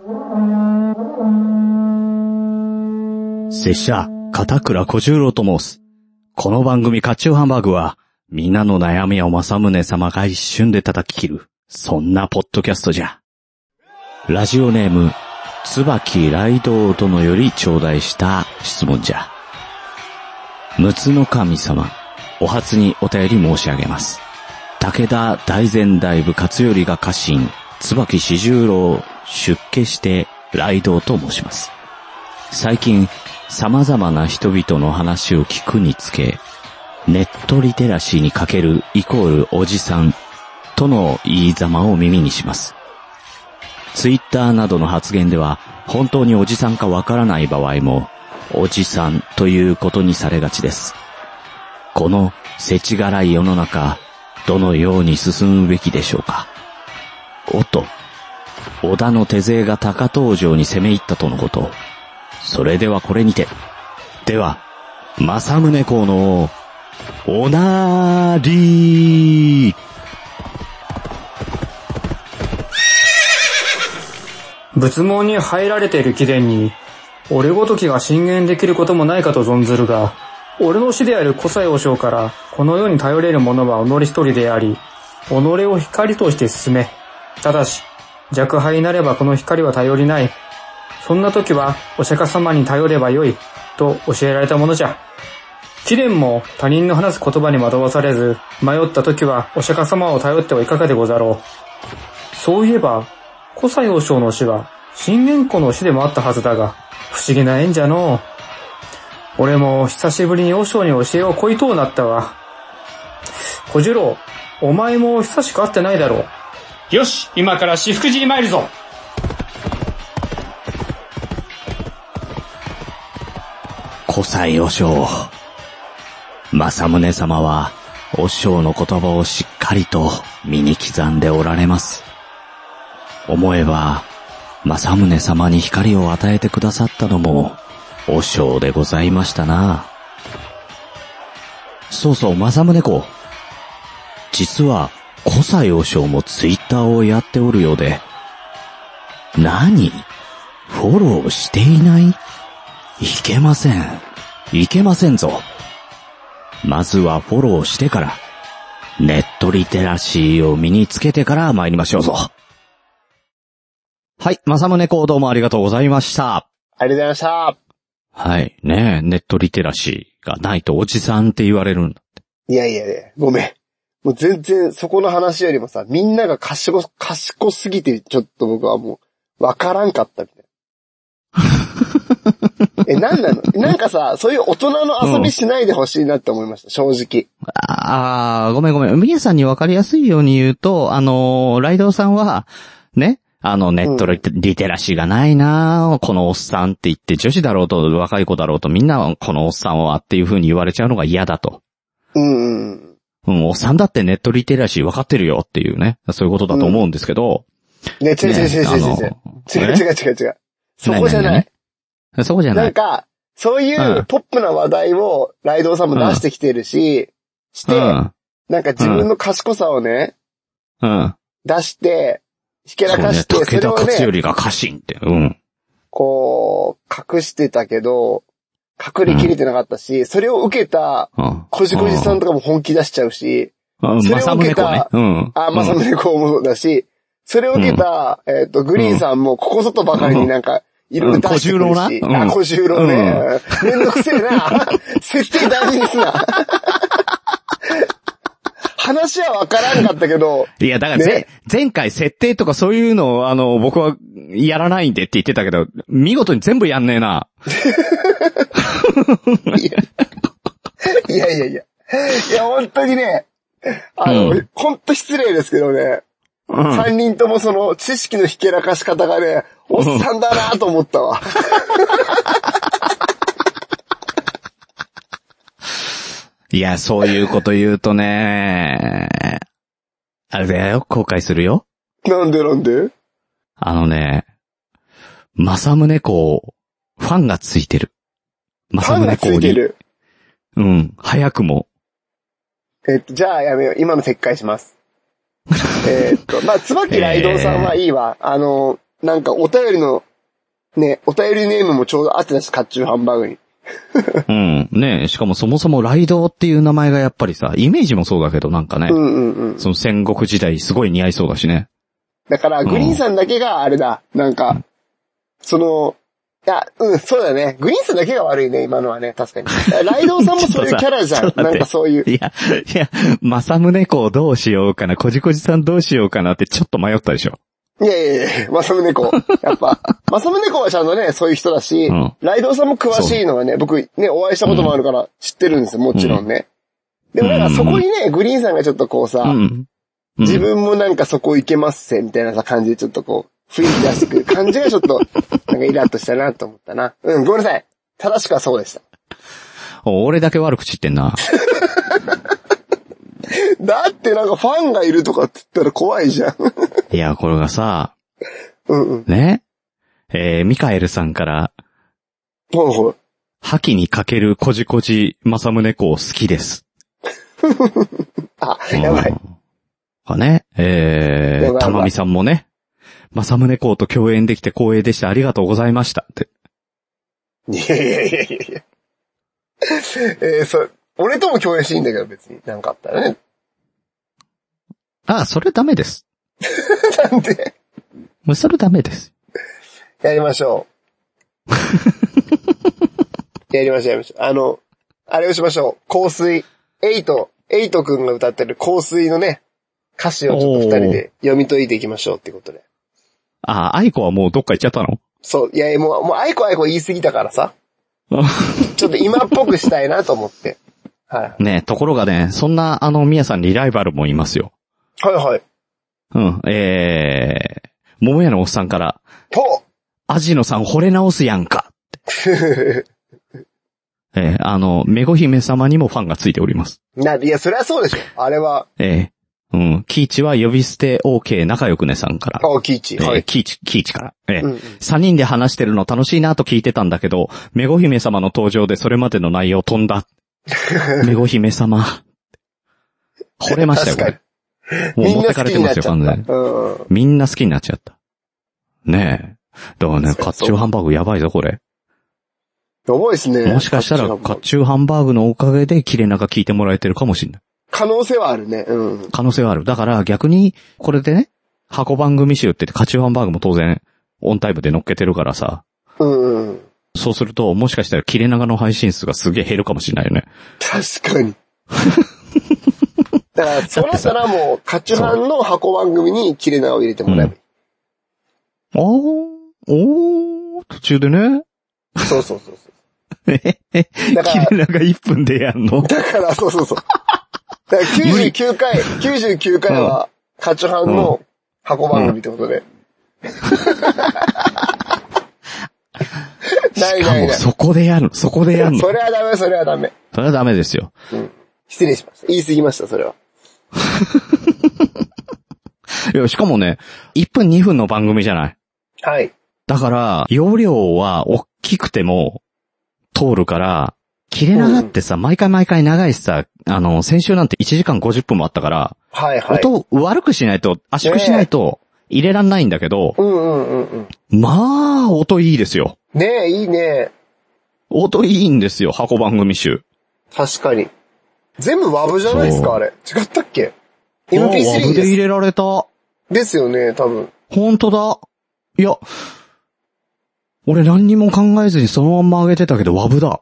拙者、片倉小十郎と申す。この番組甲冑ハンバーグは、皆の悩みを正宗様が一瞬で叩き切る、そんなポッドキャストじゃ。ラジオネーム、椿雷道殿より頂戴した質問じゃ。陸奥の神様、お初にお便り申し上げます。武田大善大部勝頼が家臣、椿四十郎出家して雷道と申します。最近、様々な人々の話を聞くにつけ、ネットリテラシーに欠けるイコールおじさんとの言いざまを耳にします。ツイッターなどの発言では、本当におじさんかわからない場合も、おじさんということにされがちです。この世知辛い世の中、どのように進むべきでしょうか。おっと、織田の手勢が高遠城に攻め入ったとのこと。それではこれにて。では、正宗公のおなーりー。 仏門に入られている貴殿に、俺ごときが進言できることもないかと存ずるが、俺の師である小西王将から、この世に頼れる者は己一人であり、己を光として進め。ただし、若輩なればこの光は頼りない。そんな時は、お釈迦様に頼ればよい、と教えられたものじゃ。貴殿も他人の話す言葉に惑わされず、迷った時はお釈迦様を頼ってはいかがでござろう。そういえば、小西王将の死は、信玄公の死でもあったはずだが、不思議な縁じゃのう。俺も久しぶりに王将に教えをこいとうなったわ。 小次郎、お前も久しく会ってないだろう。よし、今から私服寺に参るぞ。 古妻和尚。政宗様は、和尚の言葉をしっかりと身に刻んでおられます。思えば、政宗様に光を与えてくださったのも、和尚でございましたな。そうそう、政宗公。実は、古妻和尚もツイッターをやっておるようで。何？フォローしていない？いけません。いけませんぞ。まずはフォローしてから、ネットリテラシーを身につけてから参りましょうぞ。はい、政宗公どうもありがとうございました。 ありがとうございました。 はい、ねえ、ネットリテラシーがないとおじさんって言われるんだって。 いやいやいや、ごめん。もう全然そこの話よりもさ、みんなが賢すぎてちょっと僕はもう、わからんかったみたいな。なんなの？なんかさ、そういう大人の遊びしないでほしいなって思いました、正直。 ごめん。皆さんにわかりやすいように言うと、ライドウさんは、ね、ネットリテラシーがないなこのおっさんって言って、女子だろうと若い子だろうとみんなこのおっさんはっていう風に言われちゃうのが嫌だと。おっさんだってネットリテラシー分かってるよっていうね、そういうことだと思うんですけど。 違う。そこじゃない。 そこじゃない。 なんか、そういうポップな話題をライドウさんも出してきてるし、なんか自分の賢さをね、出して、ひけらかして、 それをね、武田勝頼が家臣って、 こう、隠してたけど、隠れきれてなかったし、それを受けた、こじこじさんとかも本気出しちゃうし、それを受けた、政宗公もだし、それを受けた、グリーンさんもここぞとばかりになんか、いろいろ出してくるし、小十郎ね。めんどくせえな。設定大事にすな。話はわからんかったけど。 いや、だから前回設定とかそういうのを僕はやらないんでって言ってたけど、見事に全部やんねえな。 いや、本当にね、本当失礼ですけどね、3人ともその知識のひけらかし方がね、おっさんだなと思ったわ。 いや、そういうこと言うとね、あれだよ、後悔するよ。 なんで政宗公、ファンがついてる。政宗公に。ファンがついてる。早くも。 じゃあやめよう。今の撤回します。椿ライドウさんはいいわ。なんかお便りの、ね、お便りネームもちょうど合ってたし、甲冑ハンバーグに。 ね、しかもそもそもライドウっていう名前がやっぱりさ、イメージもそうだけどなんかね。その戦国時代すごい似合いそうだしね。 だから、グリーンさんだけがあれだ。なんか、そうだね。グリーンさんだけが悪いね、今のはね、確かに。ライドウさんもそういうキャラじゃん。なんかそういう。 いや、政宗公どうしようかな、こじこじさんどうしようかなってちょっと迷ったでしょ。 いや、政宗公。やっぱ、政宗公はちゃんとね、そういう人だし、ライドウさんも詳しいのはね、僕ね、お会いしたこともあるから知ってるんですよ、もちろんね。でもなんかそこにね、グリーンさんがちょっとこうさ、自分もなんかそこ行けますせ、みたいなさ感じでちょっとこう、雰囲気出してくる感じがちょっと、なんかイラッとしたなと思ったな。ごめんなさい。正しくはそうでした。 俺だけ悪口言ってんな。 だってなんかファンがいるとかって言ったら怖いじゃん。 いや、これがさ、ね、ミカエルさんから、覇気にかけるこじこじ政宗公好きです。 やばい。 ね、玉美さんもね、政宗公と共演できて光栄でした。ありがとうございましたって。 いや。俺とも共演していいんだけど別になんかあったらね。 それダメです。 なんで？ それダメです。 やりましょう。やりましょう。あれをしましょう。香水。エイトくんが歌ってる香水のね、歌詞をちょっと二人で読み解いていきましょうってことで。 愛子はもうどっか行っちゃったの？ そう。いや、もう愛子言い過ぎたからさ。ちょっと今っぽくしたいなと思って。 はい。 ね、ところがね、そんなみやさんリライバルもいますよ。 はいはい。 うん、桃屋のおっさんから、アジノさん惚れ直すやんか。めご姫様にもファンがついております。 いや、それはそうでしょ。あれは。 うん、キーチは呼び捨て OK 仲良くねさんから。 キーチ。はい。 キーチから。3人で話してるの楽しいなと聞いてたんだけど、めご姫様の登場でそれまでの内容飛んだ。めご姫様。惚れましたよ、これ。もう持ってかれてますよ、完全に。みんな好きになっちゃった。ねえ。だからね、甲冑ハンバーグやばいぞ、これ。 やばいですね。 もしかしたら、甲冑ハンバーグのおかげで切れ長聞いてもらえてるかもしれない。 可能性はあるね。 可能性はある。だから逆に、これでね、箱番組集って甲冑ハンバーグも当然、オンタイムで乗っけてるからさ。そうすると、もしかしたら切れ長の配信数がすげえ減るかもしれないよね。 確かに。だから、そうなったらもう、甲冑班の箱番組に切れ長を入れてもらえばいい。 途中でね。 そう。 切れ長1分でやんの？ だから、そう。だから99回は、甲冑班の箱番組ってことで。 しかもそこでやるの。 それはダメ。それはダメですよ。 失礼しました。言い過ぎました、それは。 いや、しかもね、1分2分の番組じゃない。 はい。 だから、容量は大きくても通るから、切れ長ってさ、毎回長いしさ、先週なんて1時間50分もあったから、音悪くしないと、圧縮しないと入れらんないんだけど、まあ、音いいですよ。 ねえ、いいね。 音いいんですよ、箱番組集。 確かに。全部 WAV じゃないですか、あれ。違ったっけ？ MP3 です。 WAV で入れられた。 ですよね、多分。 本当だ。いや、俺何にも考えずにそのまんま上げてたけど WAV だ。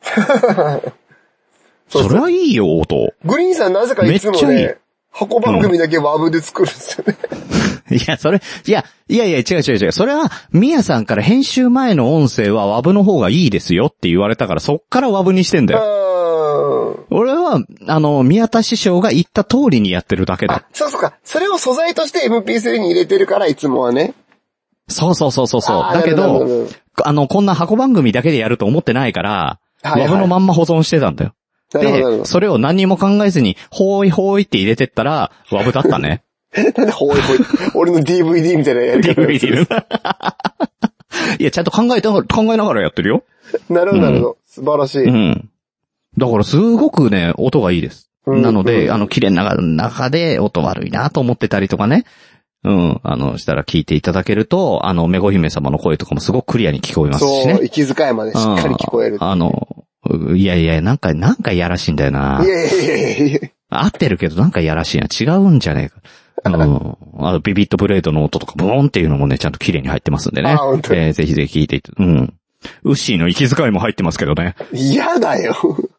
そりゃいいよ、音。 グリーンさんなぜかいつもね、箱番組だけ WAV で作るんですよね。 いや、違う。それは、ミヤさんから編集前の音声は WAV の方がいいですよって言われたから、そっから WAV にしてんだよ。俺は、宮田師匠が言った通りにやってるだけだ。 そうか。それを素材として MP3 に入れてるから、いつもはね。 そう。だけど、こんな箱番組だけでやると思ってないから、WAV のまんま保存してたんだよ。で、それを何にも考えずに、ほーいって入れてったら、WAV だったね。 なんでほーい俺の DVD みたいなやり方。DVD いや、ちゃんと考えながらやってるよ。 なるほど。素晴らしい。 だからすごくね、音がいいです。なので、綺麗な中で音悪いなと思ってたりとかね。したら聞いていただけると、めご姫様の声とかもすごくクリアに聞こえますしね。 そう、息遣いまでしっかり聞こえる。 いや、なんかいやらしいんだよな。 いや。 合ってるけどなんかいやらしいな。違うんじゃねえか。ビビットブレードの音とかブーンっていうのもね、ちゃんと綺麗に入ってますんでね。ぜひぜひ聞いてウッシーの息遣いも入ってますけどね。 嫌だよ。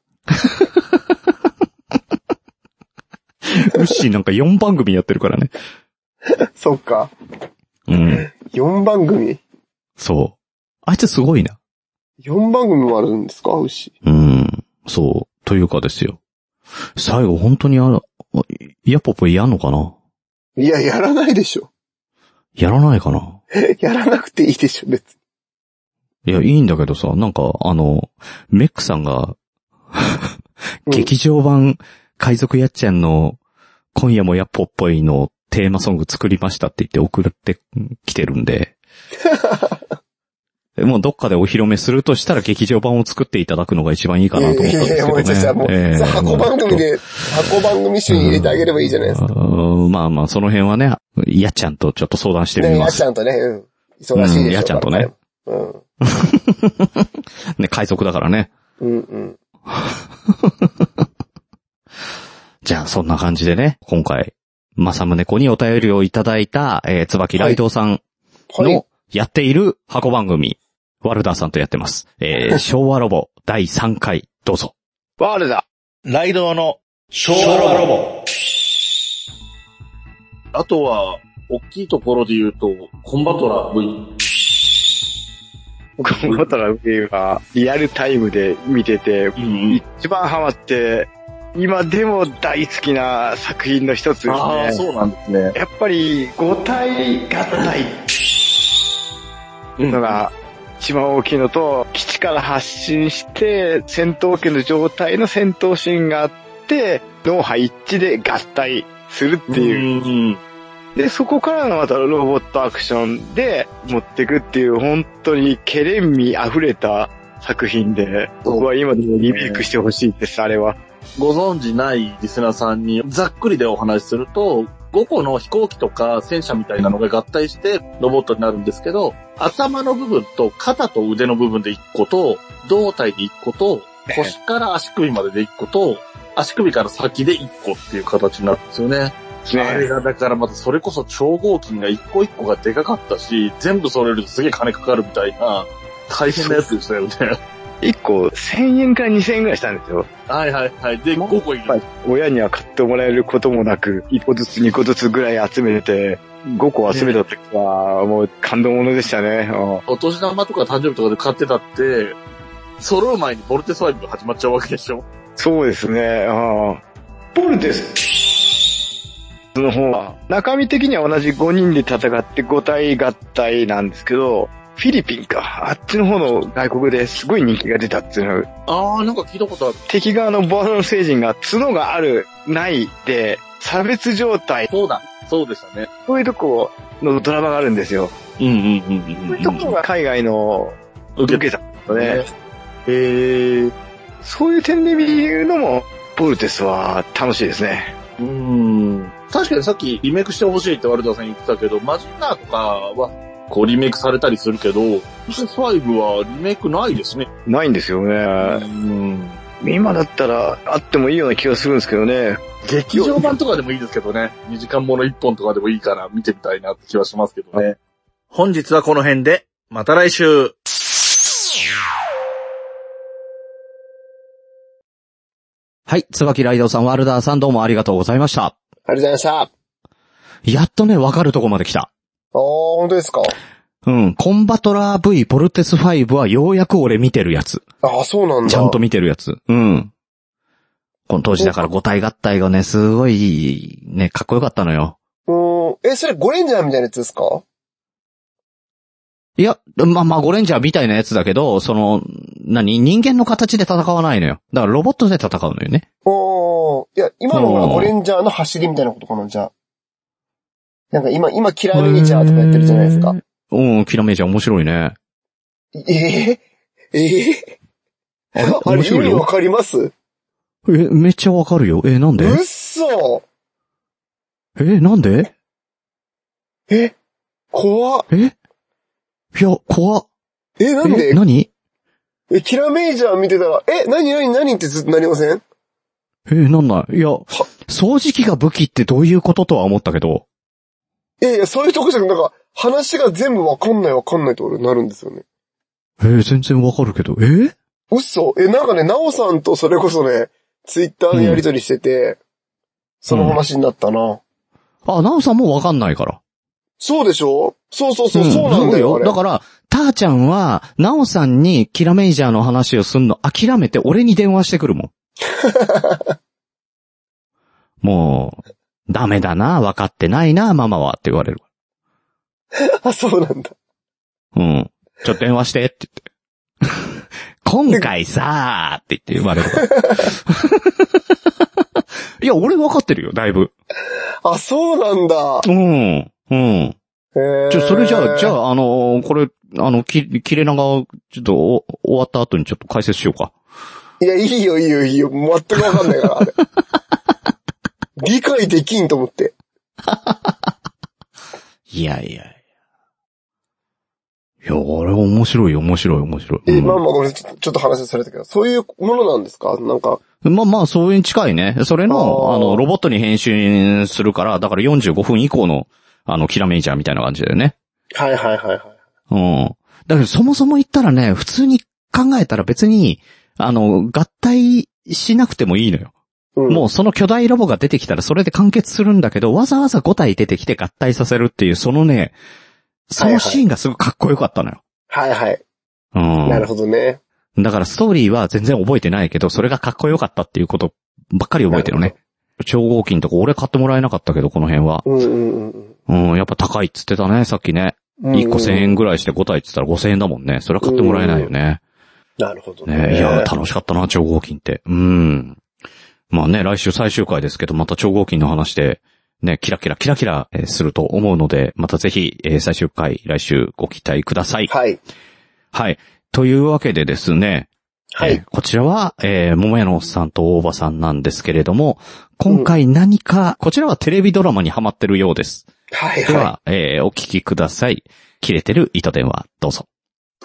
ウッシーなんか4番組やってるからね。 そっか。4番組？ そう。あいつすごいな。 4番組もあるんですか、ウッシー。そう。というかですよ。最後本当にヤポポやんのかな？ いや、やらないでしょ。 やらないかな？ やらなくていいでしょ、別に。いや、いいんだけどさ、なんか、メックさんが、劇場版海賊やっちゃんの今夜もやっぽっぽいのテーマソング作りましたって言って送ってきてるんで、もうどっかでお披露目するとしたら劇場版を作っていただくのが一番いいかなと思ったんですけどね。 箱番組集に入れてあげればいいじゃないですか。 まあ、その辺はね、やっちゃんとちょっと相談してみます。 やっちゃんとね、忙しいでしょ。 やっちゃんとね。ね、海賊だからね。じゃあ、そんな感じでね、今回、正宗子にお便りをいただいた、椿ライドウさんのやっている箱番組、ワルダーさんとやってます。昭和ロボ第3回、どうぞ。 ワルダー、ライドウの昭和ロボ。あとは、大きいところで言うと、コンバトラー V。 コンバトラー V はリアルタイムで見てて、一番ハマって、今でも大好きな作品の一つですね。 ああ、そうなんですね。 やっぱり5体合体のが一番大きいのと、基地から発進して戦闘機の状態の戦闘シーンがあって、脳波一致で合体するっていう。で、そこからのまたロボットアクションで持っていくっていう、本当にケレン味溢れた作品で、僕は今でもリメイクしてほしいです、あれは。 ご存知ないリスナーさんにざっくりでお話しすると、5個の飛行機とか戦車みたいなのが合体してロボットになるんですけど、頭の部分と肩と腕の部分で1個と、胴体で1個と、腰から足首までで1個と、足首から先で1個っていう形になるんですよね。あれがだからまたそれこそ超合金が一個一個がでかかったし、全部揃えるとすげえ金かかるみたいな、大変なやつでしたよね。 1個1000円から2000円ぐらいしたんですよ。 はいはいはい。で、5個いる。 親には買ってもらえることもなく、1個ずつ2個ずつぐらい集めて、5個集めた時はもう感動ものでしたね。 お年玉とか誕生日とかで買ってたって、揃う前にボルテス5が始まっちゃうわけでしょ。 そうですね。ボルテスの方は、中身的には同じ5人で戦って5体合体なんですけど、フィリピンか。あっちの方の外国ですごい人気が出たっていうの。 あー、なんか聞いたことある。 敵側のボアノ星人が角がある、ないで、差別状態。 そうだ。そうでしたね。 そういうとこのドラマがあるんですよ。そういうとこが海外の受けたのね。そういう点で見るのも、ボルテスは楽しいですね。 確かにさっきリメイクしてほしいってワルダーさん言ってたけど、マジンナーとかは、こうリメイクされたりするけど、PS5 はリメイクないですね。 ないんですよね。今だったらあってもいいような気がするんですけどね。 劇場版とかでもいいですけどね。2時間もの1本とかでもいいから見てみたいなって気はしますけどね。本日はこの辺で、また来週。 はい、椿ライドさん、ワルダーさんどうもありがとうございました。 ありがとうございました。 やっとね、わかるとこまで来た。 本当ですか？ うん。コンバトラー V ポルテス5はようやく俺見てるやつ。 そうなんだ。 ちゃんと見てるやつ。うん。この当時だから5体合体がね、すごい、ね、かっこよかったのよ。 それゴレンジャーみたいなやつですか？ いや、ゴレンジャーみたいなやつだけど、人間の形で戦わないのよ。だからロボットで戦うのよね。 いや、今のがゴレンジャーの走りみたいなことかな、じゃあ。なんか今キラーメイジャーとかやってるじゃないですか。 キラーメイジャー面白いね。 あれ意味わかります？ めっちゃわかるよ。なんで？ うっそなんで？ 怖っ。 いや、怖っ。 なんで？ 何？ キラーメイジャー見てたら、何ってずっとなりません？ なんだ。いや、掃除機が武器ってどういうこととは思ったけど。 いや、そういうとこじゃなんか、話が全部わかんないって俺なるんですよね。 全然わかるけど。 嘘？なんかね、ナオさんとそれこそね、ツイッターのやりとりしてて、その話になったな。 ナオさんもわかんないから。 そうでしょ？そうなんだよ。 だから、ターちゃんは、ナオさんにキラメイジャーの話をすんの諦めて俺に電話してくるもん。もう、ダメだな、分かってないな、ママはって言われる。 そうなんだ。 ちょっと電話してって言って。今回さーって言われるから。いや、俺分かってるよ、だいぶ。 そうなんだ。 それじゃあ、これ、切れ長、ちょっと終わった後にちょっと解説しようか。 いや、いいよ。全くわかんないから、あれ。理解できんと思って。 いや、あれ面白い。 ごめん、ちょっと話されたけど、そういうものなんですか？なんか。 そういうに近いね。それの、ロボットに変身するから、だから45分以降の、キラメイジャーみたいな感じだよね。 はい。 だけど、そもそも言ったらね、普通に考えたら別に、合体しなくてもいいのよ。もうその巨大ロボが出てきたらそれで完結するんだけど、わざわざ5体出てきて合体させるっていう、そのシーンがすごくかっこよかったのよ。 はい。 うん。 なるほどね。 だからストーリーは全然覚えてないけど、それがかっこよかったっていうことばっかり覚えてるね。超合金とか俺買ってもらえなかったけど、この辺は。やっぱ高いっつってたね、さっきね。1個1000円ぐらいして5体って言ったら5000円だもんね。それは買ってもらえないよね。 なるほどね。 いや、楽しかったな、超合金って。まあね、来週最終回ですけど、また超合金の話で、ね、キラキラすると思うので、またぜひ、最終回、来週ご期待ください。 はい。 はい。というわけでですね。 はい。 こちらは、桃屋のおっさんと大場さんなんですけれども、今回何か、こちらはテレビドラマにハマってるようです。 はい。 では、お聞きください。切れてる糸電話、どうぞ。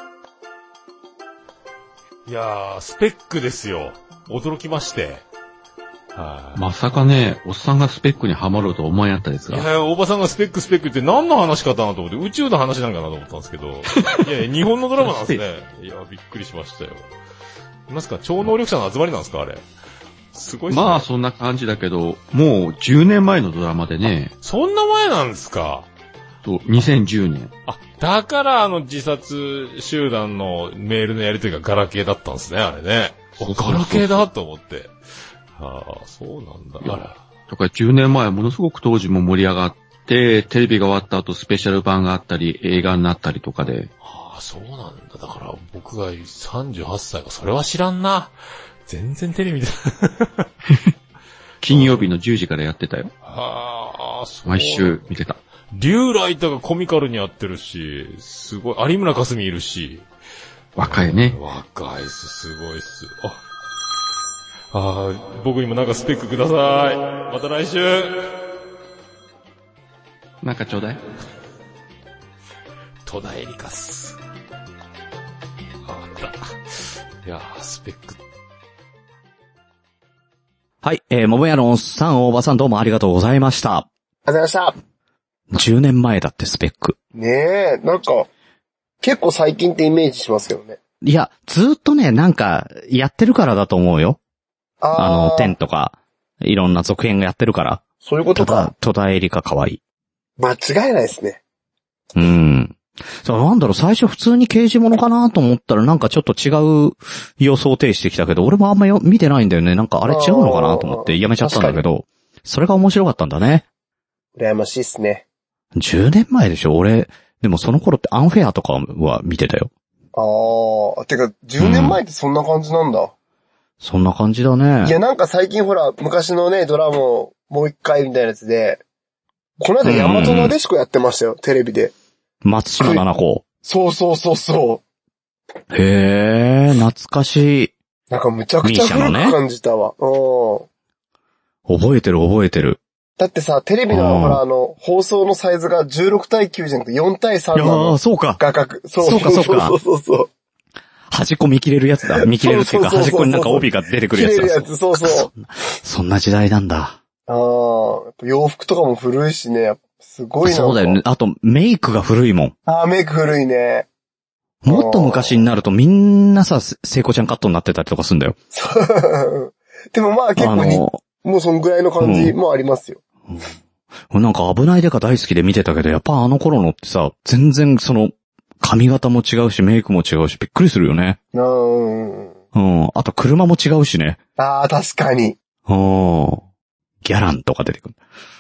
いやー、スペックですよ。驚きまして。 まさかね、おっさんがスペックにはまると思わんやったですが。 いや、おばさんがスペックって何の話かなと思って、宇宙の話なんかなと思ったんですけど。いや、日本のドラマなんですね。いや、びっくりしましたよ。いますか、超能力者の集まりなんですかあれ。すごいっすね。 まあ、そんな感じだけど、もう10年前のドラマでね。 そんな前なんですか。 そう、2010年。 だから自殺集団のメールのやり取りがガラケーだったんですね、あれね。ガラケーだと思って。そうなんだ。 だから10年前ものすごく当時も盛り上がって、テレビが終わった後スペシャル版があったり、映画になったりとかで。 そうなんだ。だから僕が38歳か、それは知らんな。全然テレビで。 金曜日の10時からやってたよ。 そう。 毎週見てた。 竜ライタがコミカルにやってるし、すごい、有村架純いるし。 若いね。 若いっす、すごいっす。僕にもなんかスペックください。また来週。 なんかちょうだい。 戸田恵梨香っす。いやー、スペック。 はい、桃屋のおっさん、大場さんどうもありがとうございました。 ありがとうございました。 10年前だってスペック。 ねえ、なんか、結構最近ってイメージしますけどね。 いや、ずーっとね、なんか、やってるからだと思うよ。10とか、いろんな続編がやってるから。 そういうことか。 戸田恵梨香可愛い。 間違いないですね。 そう、なんだろう、最初普通に刑事物かなと思ったらなんかちょっと違う予想呈してきたけど、俺もあんま見てないんだよね。なんかあれ違うのかなと思ってやめちゃったんだけど、それが面白かったんだね。 羨ましいっすね。 10年前でしょ俺、でもその頃ってアンフェアとかは見てたよ。 てか、10年前ってそんな感じなんだ。 そんな感じだね。 いや、なんか最近ほら、昔のね、ドラマをもう一回みたいなやつで、この間大和なでしこやってましたよ、テレビで。 松島七子。 そう。 へー、懐かしい。 なんかむちゃくちゃ古く感じたわ。 覚えてる。 だってさ、テレビのほら放送のサイズが16対9じゃなくて4対3なの。 そうか。 画角。 そうか。 そう。 端っこ見切れるやつだ。見切れるっていうか、端っこになんか帯が出てくるやつだ。 切れるやつ、そう。 そんな時代なんだ。 洋服とかも古いしね、すごいな。 そうだよね。あと、メイクが古いもん。 メイク古いね。 もっと昔になるとみんなさ、聖子ちゃんカットになってたりとかすんだよ。 でもまあ結構もうそんぐらいの感じもありますよ。 なんか危ないデカ大好きで見てたけど、やっぱあの頃のってさ、全然髪型も違うし、メイクも違うし、びっくりするよね。あと車も違うしね。 確かに。 ギャランとか出てくる。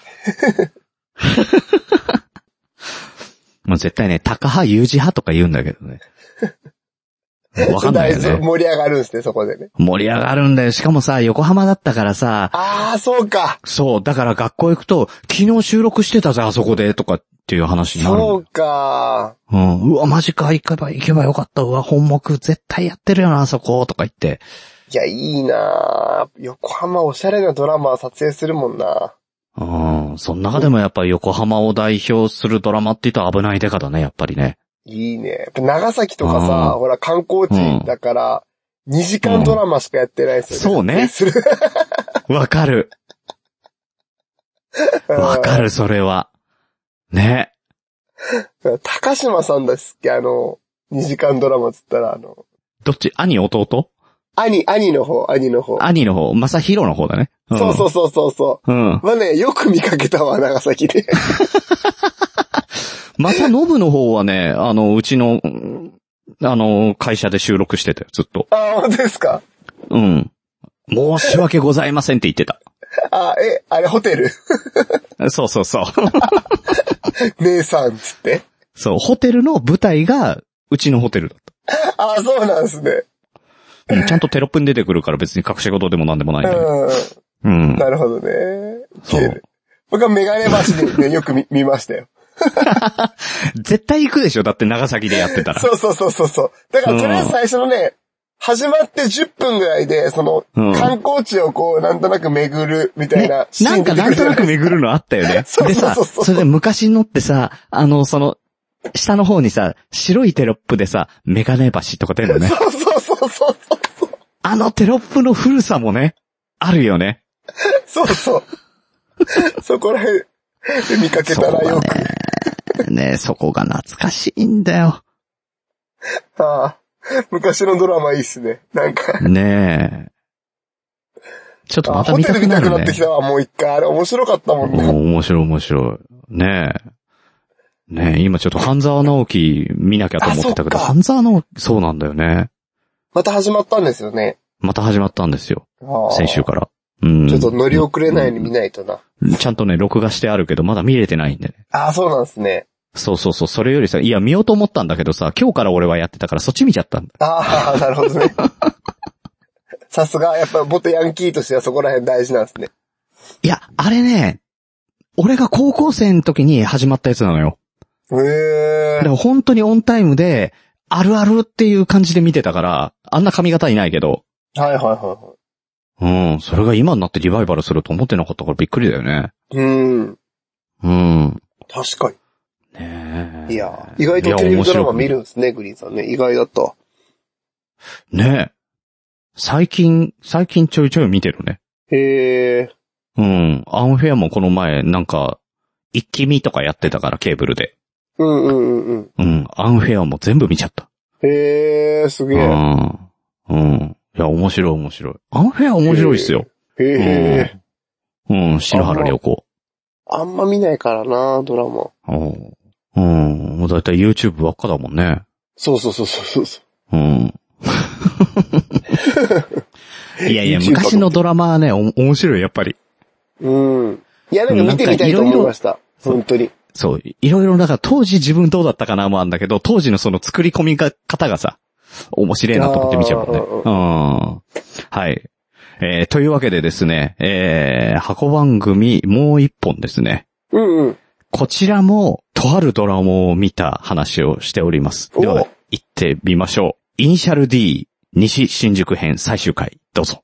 もう絶対ね、高派、有事派とか言うんだけどね。わかんないよね。 盛り上がるんですね、そこでね。 盛り上がるんだよ。しかもさ、横浜だったからさ。 そうか。 そう、だから学校行くと、昨日収録してたぜ、あそこで、とかっていう話になる。 そうか。 うわ、マジか、行けばよかった。うわ、本目絶対やってるよな、あそこ、とか言って。 いや、いいなぁ。横浜おしゃれなドラマ撮影するもんな。 その中でもやっぱり横浜を代表するドラマって言うと危ないデカだね、やっぱりね。 いいね。やっぱ長崎とかさ、ほら観光地だから、2時間ドラマしかやってないですよね。そうね。わかる。わかる、それは。ね。 高島さんですっけ、2時間ドラマつったらどっち？兄、弟？ 兄の方。 正宏の方だね。 そう。まあね、よく見かけたわ、長崎で。 またノブの方はね、うちの、 会社で収録してたよ、ずっと。 あ、本当ですか？ うん。申し訳ございませんって言ってた。 あれホテルそうそうそう。 姉さんつって。 そう、ホテルの舞台が、うちのホテルだった。 あ、そうなんですね。 うん、ちゃんとテロップに出てくるから別に隠し事でもなんでもないんだけど。うん。 なるほどね。 そう。 僕はメガネ橋でね、よく見ましたよ。 絶対行くでしょ？だって長崎でやってたら。 そう。だからとりあえず最初のね、始まって10分ぐらいで、観光地をこう、なんとなく巡るみたいな、 ね。なんとなく巡るのあったよね。 そう。 でさ、それで昔のってさ、下の方にさ、白いテロップでさ、メガネ橋とか出るのね。 そう。 テロップの古さもね、あるよね。 そう。そこら辺で見かけたらよく。 ねそこが懐かしいんだよ。 ああ、昔のドラマいいっすね。なんか。 ねえ。ちょっとまた見たくなるね。ホテル見たくなってきたわ、もう一回。あれ面白かったもんね。 面白い。ねえ、今ちょっと半沢直樹見なきゃと思ってたけど、半沢直樹、そうなんだよね。 また始まったんですよね。 また始まったんですよ。先週から。うん。 ちょっと乗り遅れないように見ないとな。 ちゃんとね、録画してあるけど、まだ見れてないんでね。 あ、そうなんですね。 そう。それよりさ、いや、見ようと思ったんだけどさ、今日から俺はやってたからそっち見ちゃったんだ。 ああ、なるほどね。さすが、やっぱ元ヤンキーとしてはそこら辺大事なんですね。 いや、あれね、俺が高校生の時に始まったやつなのよ。 へえ。 でも本当にオンタイムで、あるあるっていう感じで見てたから、あんな髪型いないけど。 はい。 うん、それが今になってリバイバルすると思ってなかったからびっくりだよね。 うん。確かに。 ねえ。 いや、意外とテレビドラマ見るんですね、グリーンさんね。意外だった。 ねえ。最近ちょいちょい見てるね。 へえ。 うん。アンフェアもこの前、なんか、一気見とかやってたから、ケーブルで。 うん。 うん。アンフェアも全部見ちゃった。 へえ、すげえ。 うん。いや、面白い。アンフェア面白いっすよ。 へえ。 うん。篠原涼子。 あんま見ないからな、ドラマ。 うん。もうだいたい YouTube ばっかだもんね。 そう。 うん。いや、昔のドラマはね、面白い、やっぱり。 うん。いや、なんか見てみたいと思いました。本当に。 そう。いろいろ、だから当時自分どうだったかなもあるんだけど、当時のその作り込み方がさ、面白いなと思って見ちゃうもんね。うん。はい。というわけでですね、箱番組もう一本ですね。 うん。 こちらも、とあるドラマを見た話をしております。では、行ってみましょう。イニシャル D、西新宿編最終回、どうぞ。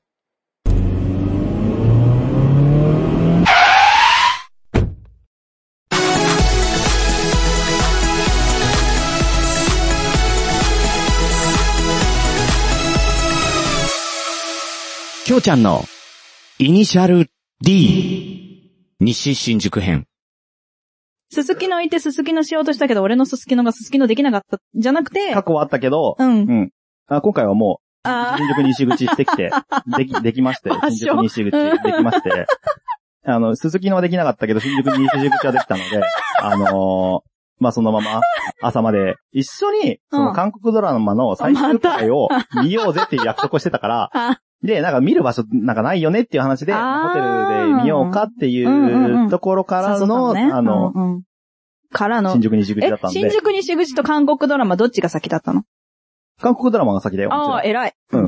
きょうちゃんのイニシャル D 西新宿編。 すすきのいてすすきのしようとしたけど、俺のすすきのがすすきのできなかった、じゃなくて。 過去はあったけど、今回はもう、新宿西口してきて、できまして、新宿西口できまして、すすきのはできなかったけど、新宿西口はできたので、そのまま朝まで一緒に、その韓国ドラマの最終回を見ようぜっていう約束をしてたから、で、なんか見る場所なんかないよねっていう話で、ホテルで見ようかっていうところからの、 からの、 新宿西口だったんで。 新宿西口と韓国ドラマどっちが先だったの？ 韓国ドラマが先だよ。 ああ、偉い。 うん。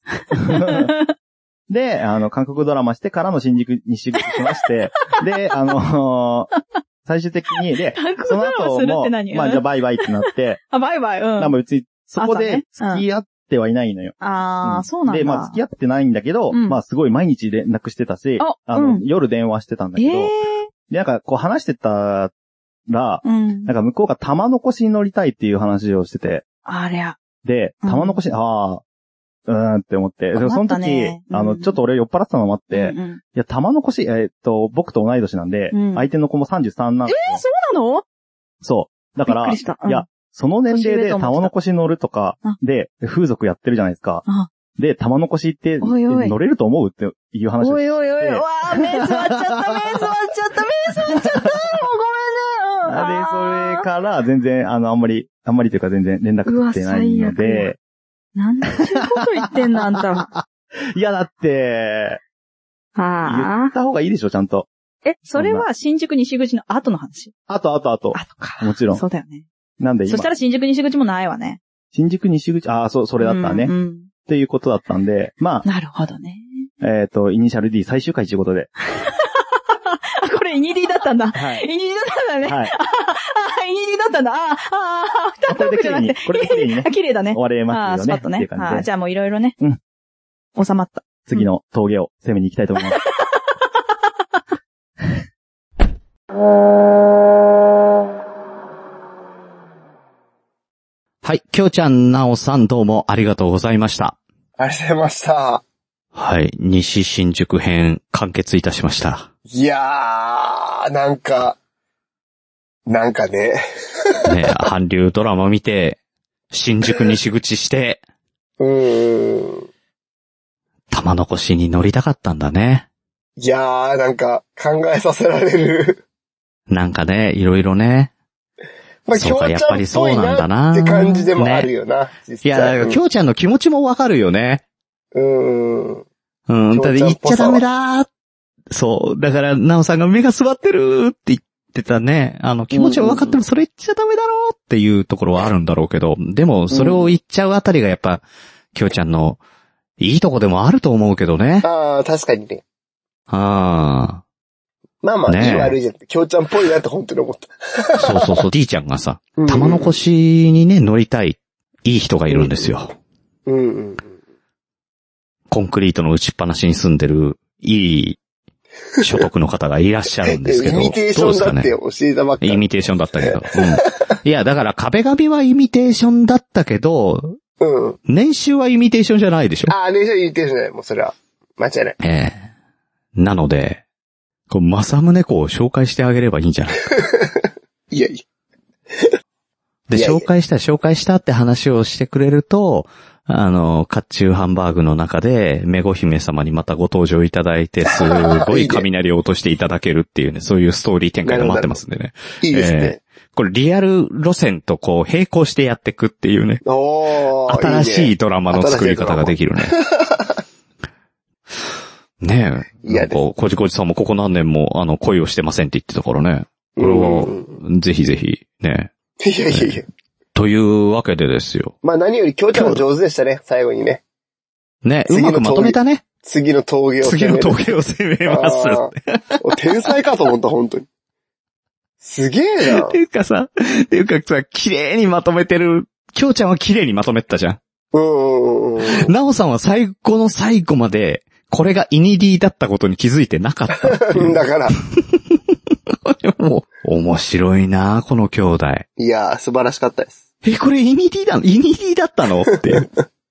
で、韓国ドラマしてからの新宿西口しまして、で、最終的に、で、その後も、じゃあバイバイってなって、 バイバイ、 なんか別に、そこで付き合ってはいないのよ。 そうなんだ。 で、付き合ってないんだけど、すごい毎日連絡してたし、夜電話してたんだけど、で、なんかこう話してたら、なんか向こうが玉残しに乗りたいっていう話をしてて、 ありゃ。 で、玉残し、って思って。でもその時、ちょっと俺酔っ払ってたのもあって、いや、玉残し、僕と同い年なんで、相手の子も33なんですよ。 そうなの？ そう。だから、いや、その年齢で玉残し乗るとか、で、風俗やってるじゃないですか。で、玉残しって乗れると思うっていう話をして。 おい、わー、目座っちゃった。もうごめんね。 それから全然、あんまりというか全然連絡取ってないので。 なんてこと言ってんの、あんたは。 いや、だって、言った方がいいでしょ、ちゃんと。 それは新宿西口の後の話。 後か。もちろん。 そうだよね。 なんで今。 そしたら新宿西口もないわね。 新宿西口、それだったね。っていうことだったんで、まあ。 なるほどね。 イニシャル D 最終回ということで。 これイニディだったんだ。 はい。 イニディだったんだね。はい。イニディだったんだ。 これで綺麗にね。 綺麗だね。 終われますよね。 スパッとね。じゃあもういろいろね。収まった。 次の峠を攻めに行きたいと思います。 はい。きょうちゃん、なおさんどうもありがとうございました。 ありがとうございました。 はい。西新宿編完結いたしました。 いやー、なんかね。 ね、韓流ドラマ見て、新宿西口して、玉残しに乗りたかったんだね。 いやー、なんか考えさせられる。 なんかね、いろいろね。 まあ、きょうちゃんっぽいなって感じでもあるよな。 ね、いや、きょうちゃんの気持ちもわかるよね。だって言っちゃダメだー。そう。だから、なおさんが目が座ってるって言ってたね。気持ちは分かってもそれ言っちゃダメだろうっていうところはあるんだろうけど、でも、それを言っちゃうあたりがやっぱ、きょうちゃんのいいとこでもあると思うけどね。 確かにね。 まあ、いい悪いじゃん。きょうちゃんっぽいなって本当に思った。 そう、D ちゃんがさ、玉残しにね、乗りたい、いい人がいるんですよ。コンクリートの打ちっぱなしに住んでる、いい所得の方がいらっしゃるんですけど。 イミテーションだって教えたばっかり。 イミテーションだったけど。いや、だから壁紙はイミテーションだったけど、年収はイミテーションじゃないでしょ。 年収はイミテーションじゃない。もうそれは。間違いない。 なので、正宗子を紹介してあげればいいんじゃないか。 いや。 で、紹介したって話をしてくれると、甲冑ハンバーグの中で、メゴ姫様にまたご登場いただいて、すごい雷を落としていただけるっていうね、そういうストーリー展開が待ってますんでね。 いいですね。 これリアル路線と並行してやっていくっていうね。新しいドラマの作り方ができるね。ねえ。なんか、こじこじさんもここ何年も、恋をしてませんって言ってたからね。これは、ぜひぜひ、ね。 いや。 というわけでですよ。 まあ何よりきょうちゃんも上手でしたね、最後にね。 ね、うまくまとめたね。 次の峠を攻めます。 天才かと思った、本当に。すげえな。 っていうかさ、綺麗にまとめてる、きょうちゃんは綺麗にまとめてたじゃん。なおさんは最後の最後まで、これがイニディだったことに気づいてなかった。 だから。 もう、面白いなこの兄弟。 いやー、素晴らしかったです。 これイニディだったのって。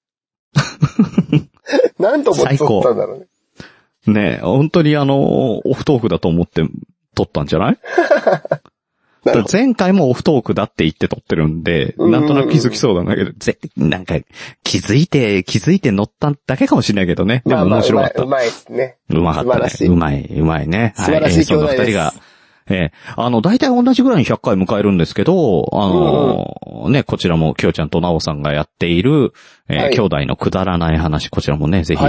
なんと思って撮ったんだろうね。 ねえ、本当にオフトークだと思って撮ったんじゃない前回もオフトークだって言って撮ってるんで、なんとなく気づきそうなんだけど、なんか、気づいて乗っただけかもしれないけどね。でも面白かった。 うまいですね。 うまかったね。うまいね。 素晴らしい兄弟です。 その二人が、大体同じぐらいに100回迎えるんですけど、ね、こちらもきょうちゃんとなおさんがやっている、兄弟のくだらない話、こちらもね、ぜひ、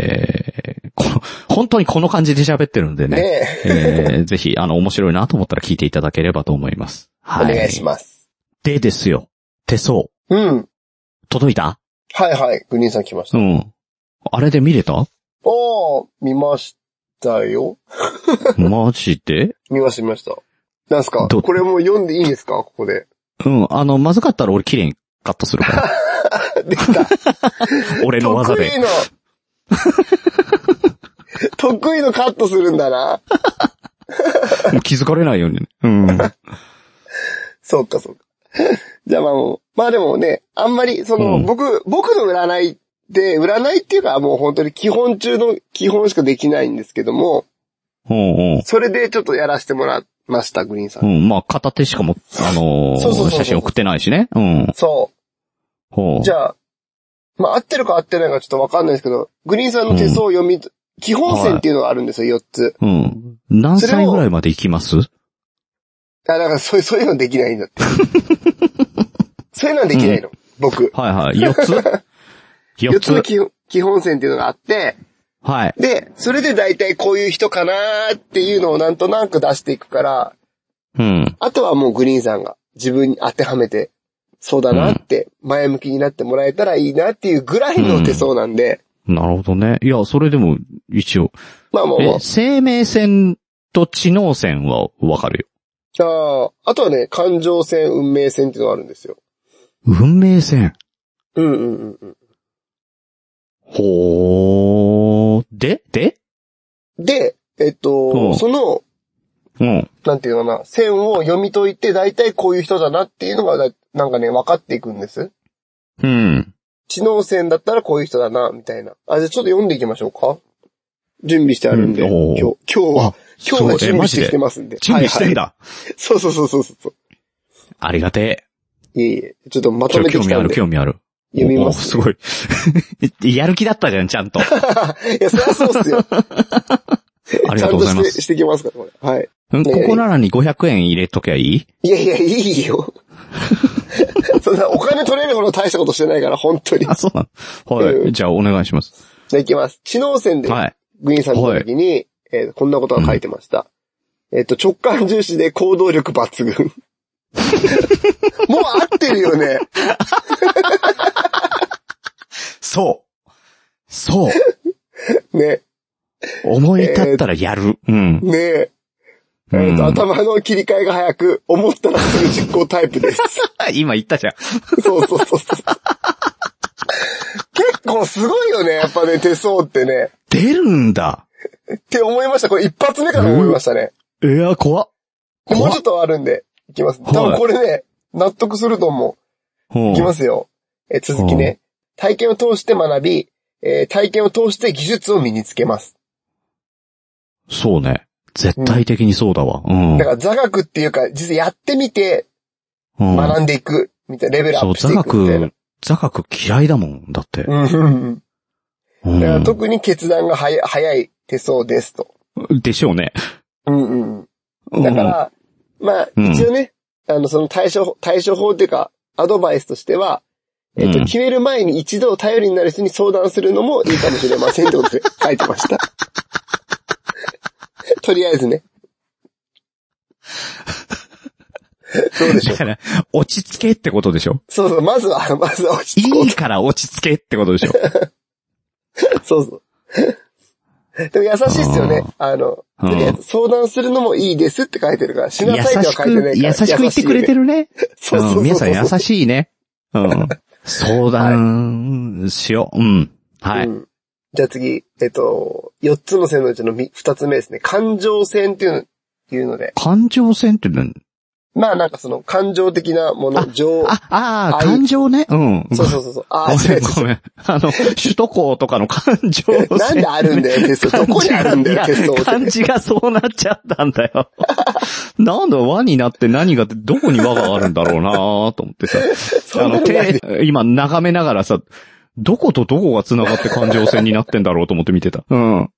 本当にこの感じで喋ってるんでね、ぜひ、面白いなと思ったら聞いていただければと思います。はい。 お願いします。 でですよ、手相。届いた？ はい。グリーンさん来ました。 あれで見れた？ 見ましたよ。 マジで？ 見ました。なんすか？これもう読んでいいんですか？ここで。 まずかったら俺綺麗にカットするから。 できた。 俺の技で。 得意のカットするんだな。 もう気づかれないように。 そうか。じゃあまあでもね、あんまり僕の占いっていうかもう本当に基本中の基本しかできないんですけども、それでちょっとやらせてもらいました、グリーンさん。まあ片手しかも、写真送ってないしね。 そう。じゃあ、まあ合ってるか合ってないかちょっとわかんないですけど、グリーンさんの手相を基本線っていうのがあるんですよ、4つ。 何歳ぐらいまで行きます？ だからそういうのできないんだって。そういうのはできないの。僕。 はいはい。4つ ?4 つの基本線っていうのがあって、 はい。 で、それで大体こういう人かなーっていうのをなんとなく出していくから、 うん。 あとはもうグリーンさんが自分に当てはめて、そうだなって前向きになってもらえたらいいなっていうぐらいの手相なんで。 なるほどね。いや、それでも一応。 まあ。 生命線と知能線はわかるよ。あとはね、感情線、運命線っていうのがあるんですよ。 運命線。 うん。 ほー。で、 その、なんていうのかな、線を読み解いて、だいたいこういう人だなっていうのが、なんかね、分かっていくんです。 うん。 知能線だったらこういう人だな、みたいな。じゃあちょっと読んでいきましょうか。準備してあるんで、今日は準備してきてますんで。 準備してんだ。 そう。 ありがてえ。いえ。ちょっとまとめてきたんで。 興味ある。 読みます。 すごい。やる気だったじゃん、ちゃんと。 いや、そりゃそうっすよ。 ありがとうございます。 ちゃんとしてきますから、これ。はい。 ここならに500円入れときゃいい？ いや、いいよ。そんなお金取れるほど大したことしてないから、本当に。 あ、そうなの？はい。じゃあお願いします。 じゃあ行きます。知能線で、グリーンさんの時に、こんなことが書いてました。直感重視で行動力抜群。もう合ってるよね。 そう。 ね。 思い立ったらやる。 ね頭の切り替えが早く、思ったらすぐ実行タイプです。 今言ったじゃん。 そう。結構すごいよね、やっぱね、手相ってね。 出るんだ。 って思いました。これ一発目から思いましたね。 いや、怖っ。 もうちょっとあるんで、いきます。多分これね、納得すると思う。いきますよ。続きね。体験を通して学び、体験を通して技術を身につけます。 そうね。絶対的にそうだわ。 だから座学っていうか、実際やってみて、学んでいく、みたいなレベルアップしていくみたいな。 座学嫌いだもん、だって。 だから特に決断が早い手相ですと。 でしょうね。 だから、まあ、一応ね、その対処法っていうか、アドバイスとしては、決める前に一度頼りになる人に相談するのもいいかもしれませんってことで書いてました。とりあえずね。どうでしょう。 だから、落ち着けってことでしょ？ そう、まずは落ち着こう。 いいから落ち着けってことでしょ？ そう。でも優しいっすよね。とりあえず相談するのもいいですって書いてるから、しなさいとは書いてないから。 優しく言ってくれてるね。 そう。 皆さん優しいね。相談しよう。はい。 じゃあ次、4つの線のうちの2つ目ですね。感情線っていうので。 感情線って何？ まあなんかその感情的なもの、 感情ね。 そう。 ごめん。首都高とかの感情線。 なんであるんだよ、テスト。どこにあるんだよ、テスト。 漢字がそうなっちゃったんだよ。なんだ、輪になって何が、どこに輪があるんだろうなと思ってさ。今眺めながらさ、どことどこが繋がって感情線になってんだろうと思って見てた。はい。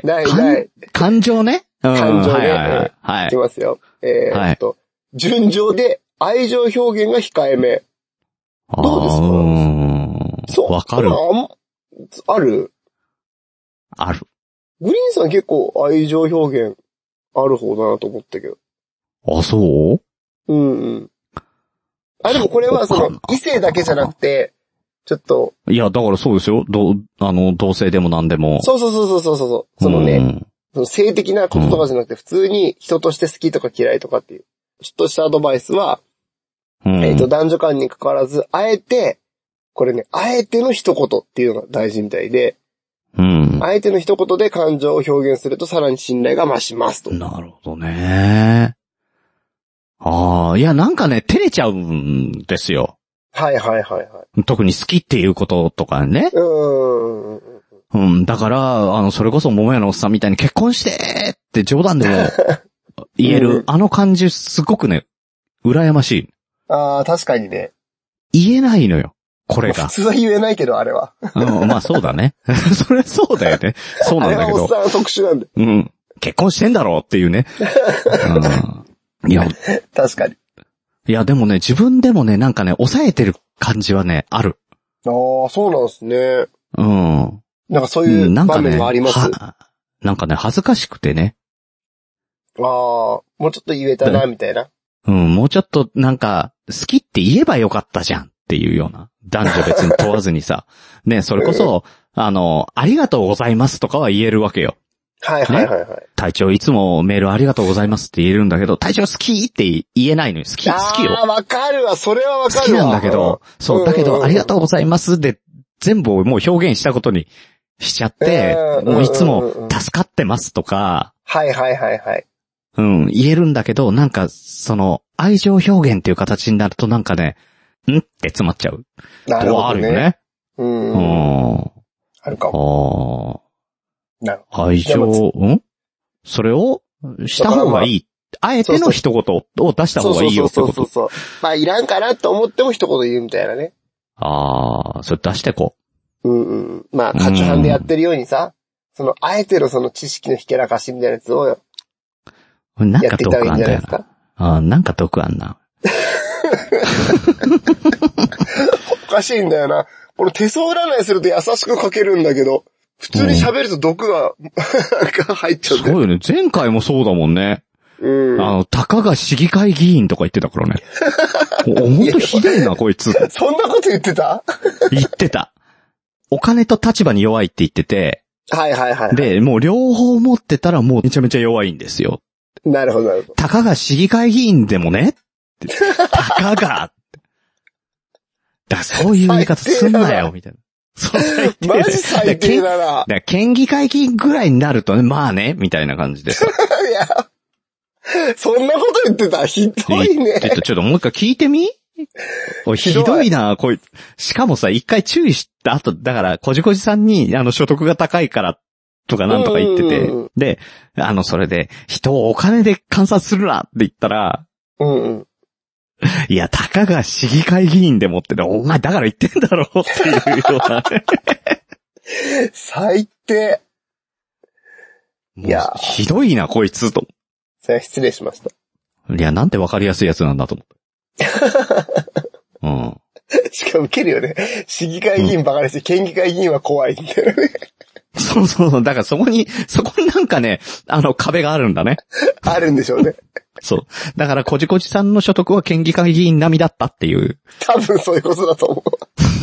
ない。 感情ね。 感情ね。はい。いきますよ。順調で愛情表現が控えめ。どうですか？そう。 わかる。 ある。グリーンさん結構愛情表現ある方だなと思ったけど。 あ、そう？ でもこれは異性だけじゃなくて、ちょっと。 いや、だからそうですよ。同性でも何でも。 そう。そのね、その性的なこととかじゃなくて、普通に人として好きとか嫌いとかっていう、ちょっとしたアドバイスは、男女間に関わらず、あえての一言っていうのが大事みたいで、あえての一言で感情を表現するとさらに信頼が増しますと。 なるほどね。いや、なんかね、照れちゃうんですよ。 はい。 特に好きっていうこととかね。だから、それこそ桃屋のおっさんみたいに結婚してって冗談でも言える、あの感じすごくね、羨ましい。 確かにね。 言えないのよ、これが。 普通は言えないけど、あれは。 まあそうだね。それそうだよね。そうなんだけど。 あれはおっさんの特殊なんで。 結婚してんだろうっていうね。 いや、 確かに。 いやでもね、自分でもね、なんかね、抑えてる感じはね、ある。 ああ、そうなんですね。 うん。 なんかそういう場面があります？ なんかね、恥ずかしくてね。 ああ、もうちょっと言えたな、みたいな。 うん、もうちょっとなんか、好きって言えばよかったじゃんっていうような。男女別に問わずにさ。ね、それこそ、ありがとうございますとかは言えるわけよ。 はいはいはいはい。 隊長いつもメールありがとうございますって言えるんだけど、隊長好きって言えないのよ。好きよ。 ああ、わかるわ。それはわかるわ。 好きなんだけど、そう、だけどありがとうございますで、全部をもう表現したことにしちゃって、もういつも助かってますとか、 はいはいはいはい。 うん、言えるんだけど、なんか、愛情表現っていう形になるとなんかね、んって詰まっちゃう。 なるほどね。 あるよね。 あるかも。 なるほど。愛情、それをした方がいい。あえての一言を出した方がいいよってこと。 そう。まあ、いらんかなと思っても一言言うみたいなね。 それ出してこう。まあ、カチュハンでやってるようにさ、あえての知識のひけらかしみたいなやつを、 なんか毒あんだよな。なんか毒あんな。 おかしいんだよな。この手相占いすると優しく書けるんだけど、普通に喋ると毒が、入っちゃう。 すごいよね。前回もそうだもんね。たかが市議会議員とか言ってたからね。ほんとひどいな、こいつ。 そんなこと言ってた？ 言ってた。お金と立場に弱いって言ってて。 はいはいはい。 で、もう両方持ってたらもうめちゃめちゃ弱いんですよ。 なるほどなるほど。 たかが市議会議員でもね。たかが。だからそういう言い方すんなよ、みたいな。そう最低。 マジ最低だな。 だから県議会議員ぐらいになるとね、まあね、みたいな感じでさ。 いや、そんなこと言ってた？ひどいね。 ちょっともう一回聞いてみ？ひどいな、こいつ。しかもさ、一回注意した後、だから、こじこじさんに、所得が高いから、とかなんとか言ってて、で、それで、人をお金で観察するなって言ったら、いや、たかが市議会議員でもって、お前だから言ってんだろっていうような。 最低。 いや、ひどいな、こいつと。 それは失礼しました。 いや、なんてわかりやすいやつなんだと思って。 しかも受けるよね。市議会議員ばかりして、県議会議員は怖いみたいなね。 そう。だからそこになんかね、壁があるんだね。 あるんでしょうね。 そう。だから、こじこじさんの所得は県議会議員並みだったっていう。 多分そういうことだと思う。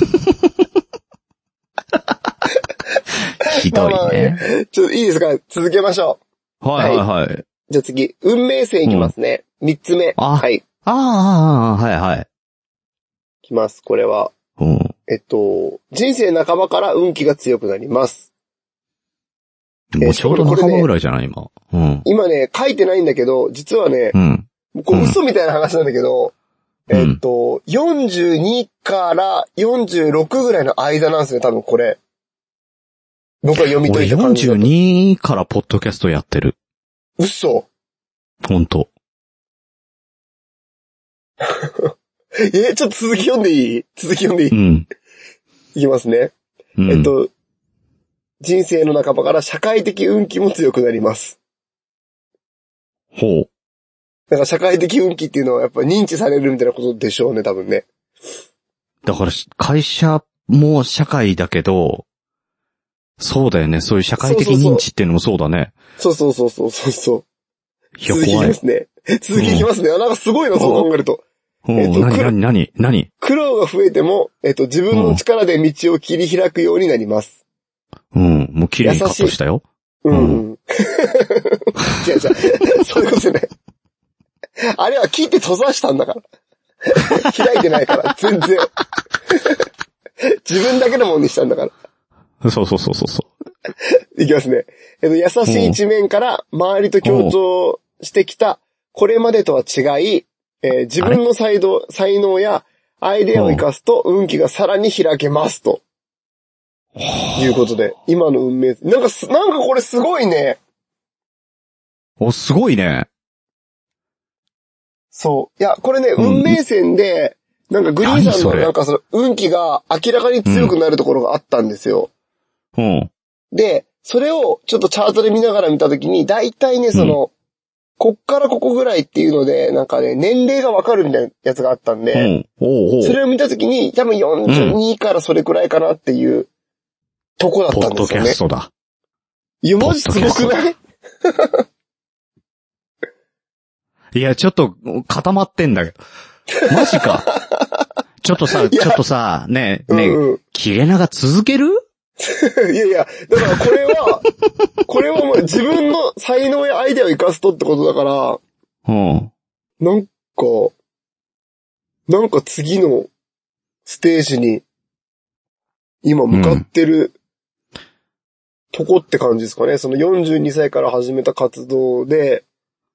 ひどいね。 ちょっといいですか？続けましょう。はい。 じゃあ次、運命線いきますね。3つ目。はい。 はい。 いきます、これは。人生半ばから運気が強くなります。 もうちょうど半ばぐらいじゃない今。 今ね、書いてないんだけど、実はね、これ嘘みたいな話なんだけど、42から46ぐらいの間なんですね、多分これ。僕は読み解いた感じだと。 42からポッドキャストやってる。 嘘。 ほんと。 ちょっと続き読んでいい？続き読んでいい？いきますね。人生の半ばから社会的運気も強くなります。 ほう。 だから社会的運気っていうのはやっぱり認知されるみたいなことでしょうね、多分ね。だから会社も社会だけど、そうだよね。そういう社会的認知っていうのもそうだね。 そう。続きいきますね。続きいきますね。なんかすごいな、そう考えると。 何苦労が増えても、自分の力で道を切り開くようになります。 もう綺麗にカットしたよ。 違う。そういうことじゃない。あれは切って閉ざしたんだから。開いてないから、全然。自分だけのもんにしたんだから。 そう。 いきますね。優しい一面から周りと協調してきた、これまでとは違い、自分の才能やアイデアを生かすと運気がさらに開けますと。いうことで、今の運命、なんかこれすごいね。 すごいね。 そう。いや、これね、運命線で、なんかグリーンさんのなんか運気が明らかに強くなるところがあったんですよ。で、それをちょっとチャートで見ながら見たときに、だいたいね、 こっからここぐらいっていうので、なんかね、年齢がわかるみたいなやつがあったんで、それを見たときに、多分42からそれくらいかなっていうとこだったんですよね。 ポッドキャストだ。 いや、マジすごくない？ いや、ちょっと固まってんだけど。マジか。ちょっとさ、ねえ、切れ長続ける？ いやいや、だからこれはもう自分の才能やアイデアを生かすとってことだから、なんか次のステージに今向かってるとこって感じですかね。その42歳から始めた活動で、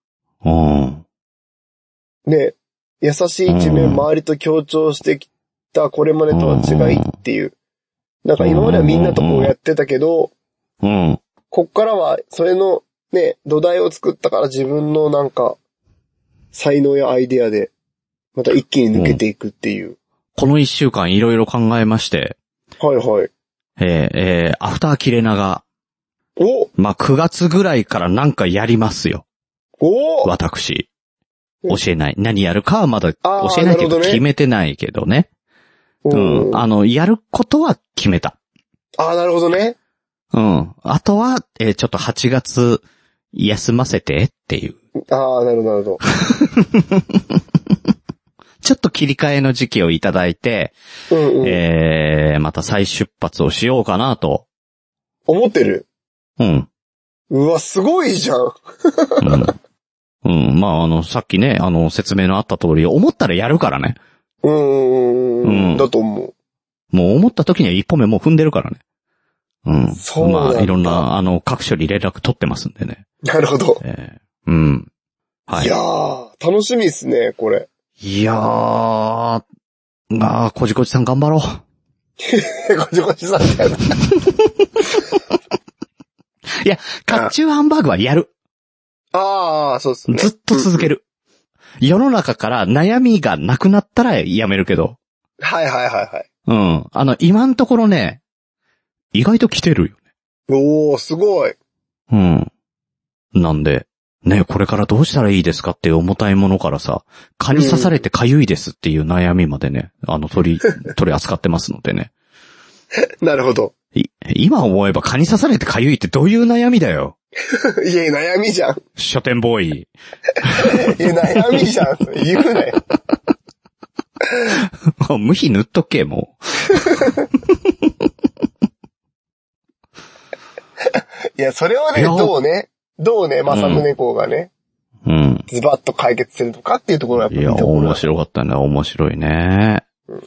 ね、優しい一面周りと強調してきたこれまでとは違いっていう。なんか今まではみんなとこうやってたけど、こっからはそれのね、土台を作ったから自分のなんか、才能やアイデアで、また一気に抜けていくっていう。 この一週間いろいろ考えまして。 はいはい。 アフター切れ長。まあ、9月ぐらいからなんかやりますよ。私。教えない。何やるかはまだ教えないけど決めてないけどね。やることは決めた。 なるほどね。 あとは、ちょっと8月休ませてっていう。 なるほど。 ちょっと切り替えの時期をいただいて、また再出発をしようかなと。 思ってる？うわ、すごいじゃん。 まあ、さっきね、説明のあった通り、思ったらやるからね。 だと思う。 もう思った時には一歩目もう踏んでるからね。 そうなんだ。 まあ、いろんな、各所に連絡取ってますんでね。 なるほど。 はい。 いやー、楽しみっすね、これ。 いやー、こじこじさん頑張ろう。 こじこじさんだよ。 いや、甲冑ハンバーグはやる。 そうっすね。 ずっと続ける。世の中から悩みがなくなったらやめるけど。 はい。 今のところね、意外と来てるよね。すごい。 なんで、ね、これからどうしたらいいですかっていう重たいものからさ、蚊に刺されて痒いですっていう悩みまでね、取り扱ってますのでね。 なるほど。 今思えば蚊に刺されて痒いってどういう悩みだよ。 いや、悩みじゃん。 書店ボーイ。 いや、悩みじゃん。言うなよ。 無比塗っとけ、もう。いや、それをね、どうね、正宗公がね、ズバッと解決するのかっていうところがやっぱ面白かったね。面白いね。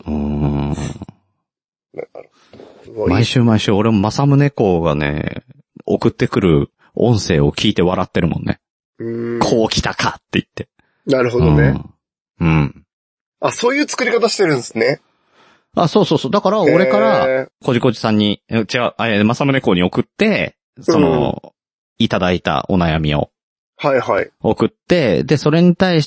毎週俺も正宗公がね、送ってくる音声を聞いて笑ってるもんね。こう来たかって言って。 なるほどね。そういう作り方してるんですね。 そう。だから、俺から、こじこじさんに、正宗公に送って、いただいたお悩みを。送って、で、それに対して、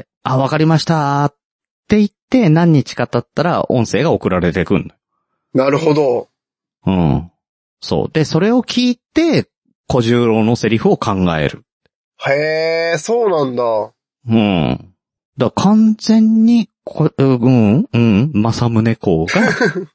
わかりましたって言って、何日か経ったら音声が送られてくんの。 なるほど。 そう。で、それを聞いて、小十郎のセリフを考える。 へー、そうなんだ。 だから完全に、正宗公が、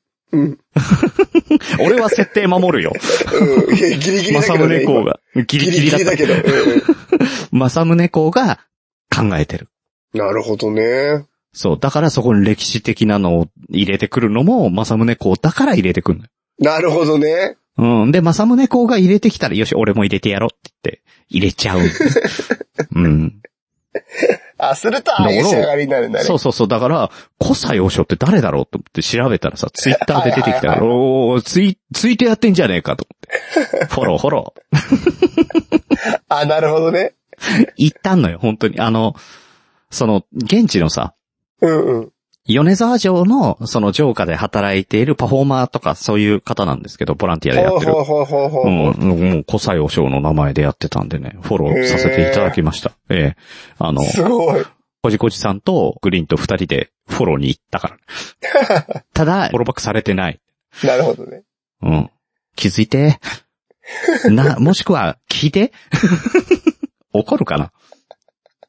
俺は設定守るよ。 ギリギリだけど、 正宗公が、ギリギリだけど。正宗公が考えてる。 なるほどね。 そう。だからそこに歴史的なのを入れてくるのも、正宗公だから入れてくるのよ。 なるほどね。 で、正宗公が入れてきたら、よし、俺も入れてやろうって言って、入れちゃうんです。 するとああいう仕上がりになるんだね。 そう。だから、古西王将って誰だろうと思って調べたらさ、ツイッターで出てきたから、ツイートやってんじゃねえかと思って。フォロー。 なるほどね。 言ったんのよ、本当に。現地のさ、米沢城の、城下で働いているパフォーマーとかそういう方なんですけど、ボランティアでやってる。もう、古西王将の名前でやってたんでね、フォローさせていただきました。 すごい。 こじこじさんとグリーンと2人でフォローに行ったから。ただ、フォローバックされてない。 なるほどね。 気づいて。もしくは、聞いて。怒るかな。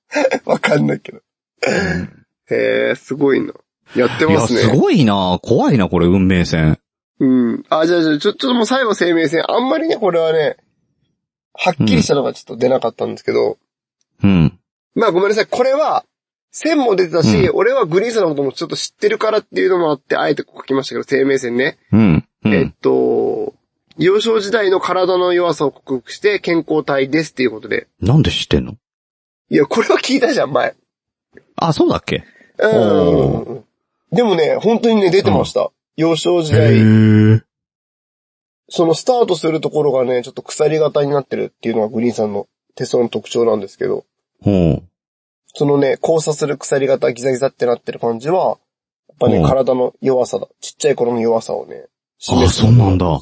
わかんないけど。へえ、すごいな。やってますね。 いや、すごいな。怖いな、これ、運命線。 うん。じゃあ、ちょっともう最後生命線。あんまりね、これはね、はっきりしたのがちょっと出なかったんですけど。 うん。 まあごめんなさい。これは、線も出てたし、俺はグリーンさんのこともちょっと知ってるからっていうのもあって、あえて書きましたけど、生命線ね。 うん。 幼少時代の体の弱さを克服して健康体ですっていうことで。 なんで知ってんの？ いや、これは聞いたじゃん、前。 あ、そうだっけ？ でもね、本当にね、出てました。幼少時代。そのスタートするところがね、ちょっと鎖型になってるっていうのがグリーンさんの手相の特徴なんですけど。そのね、交差する鎖型ギザギザってなってる感じは、やっぱね、体の弱さだ。ちっちゃい頃の弱さをね、 示す。あ、そうなんだ。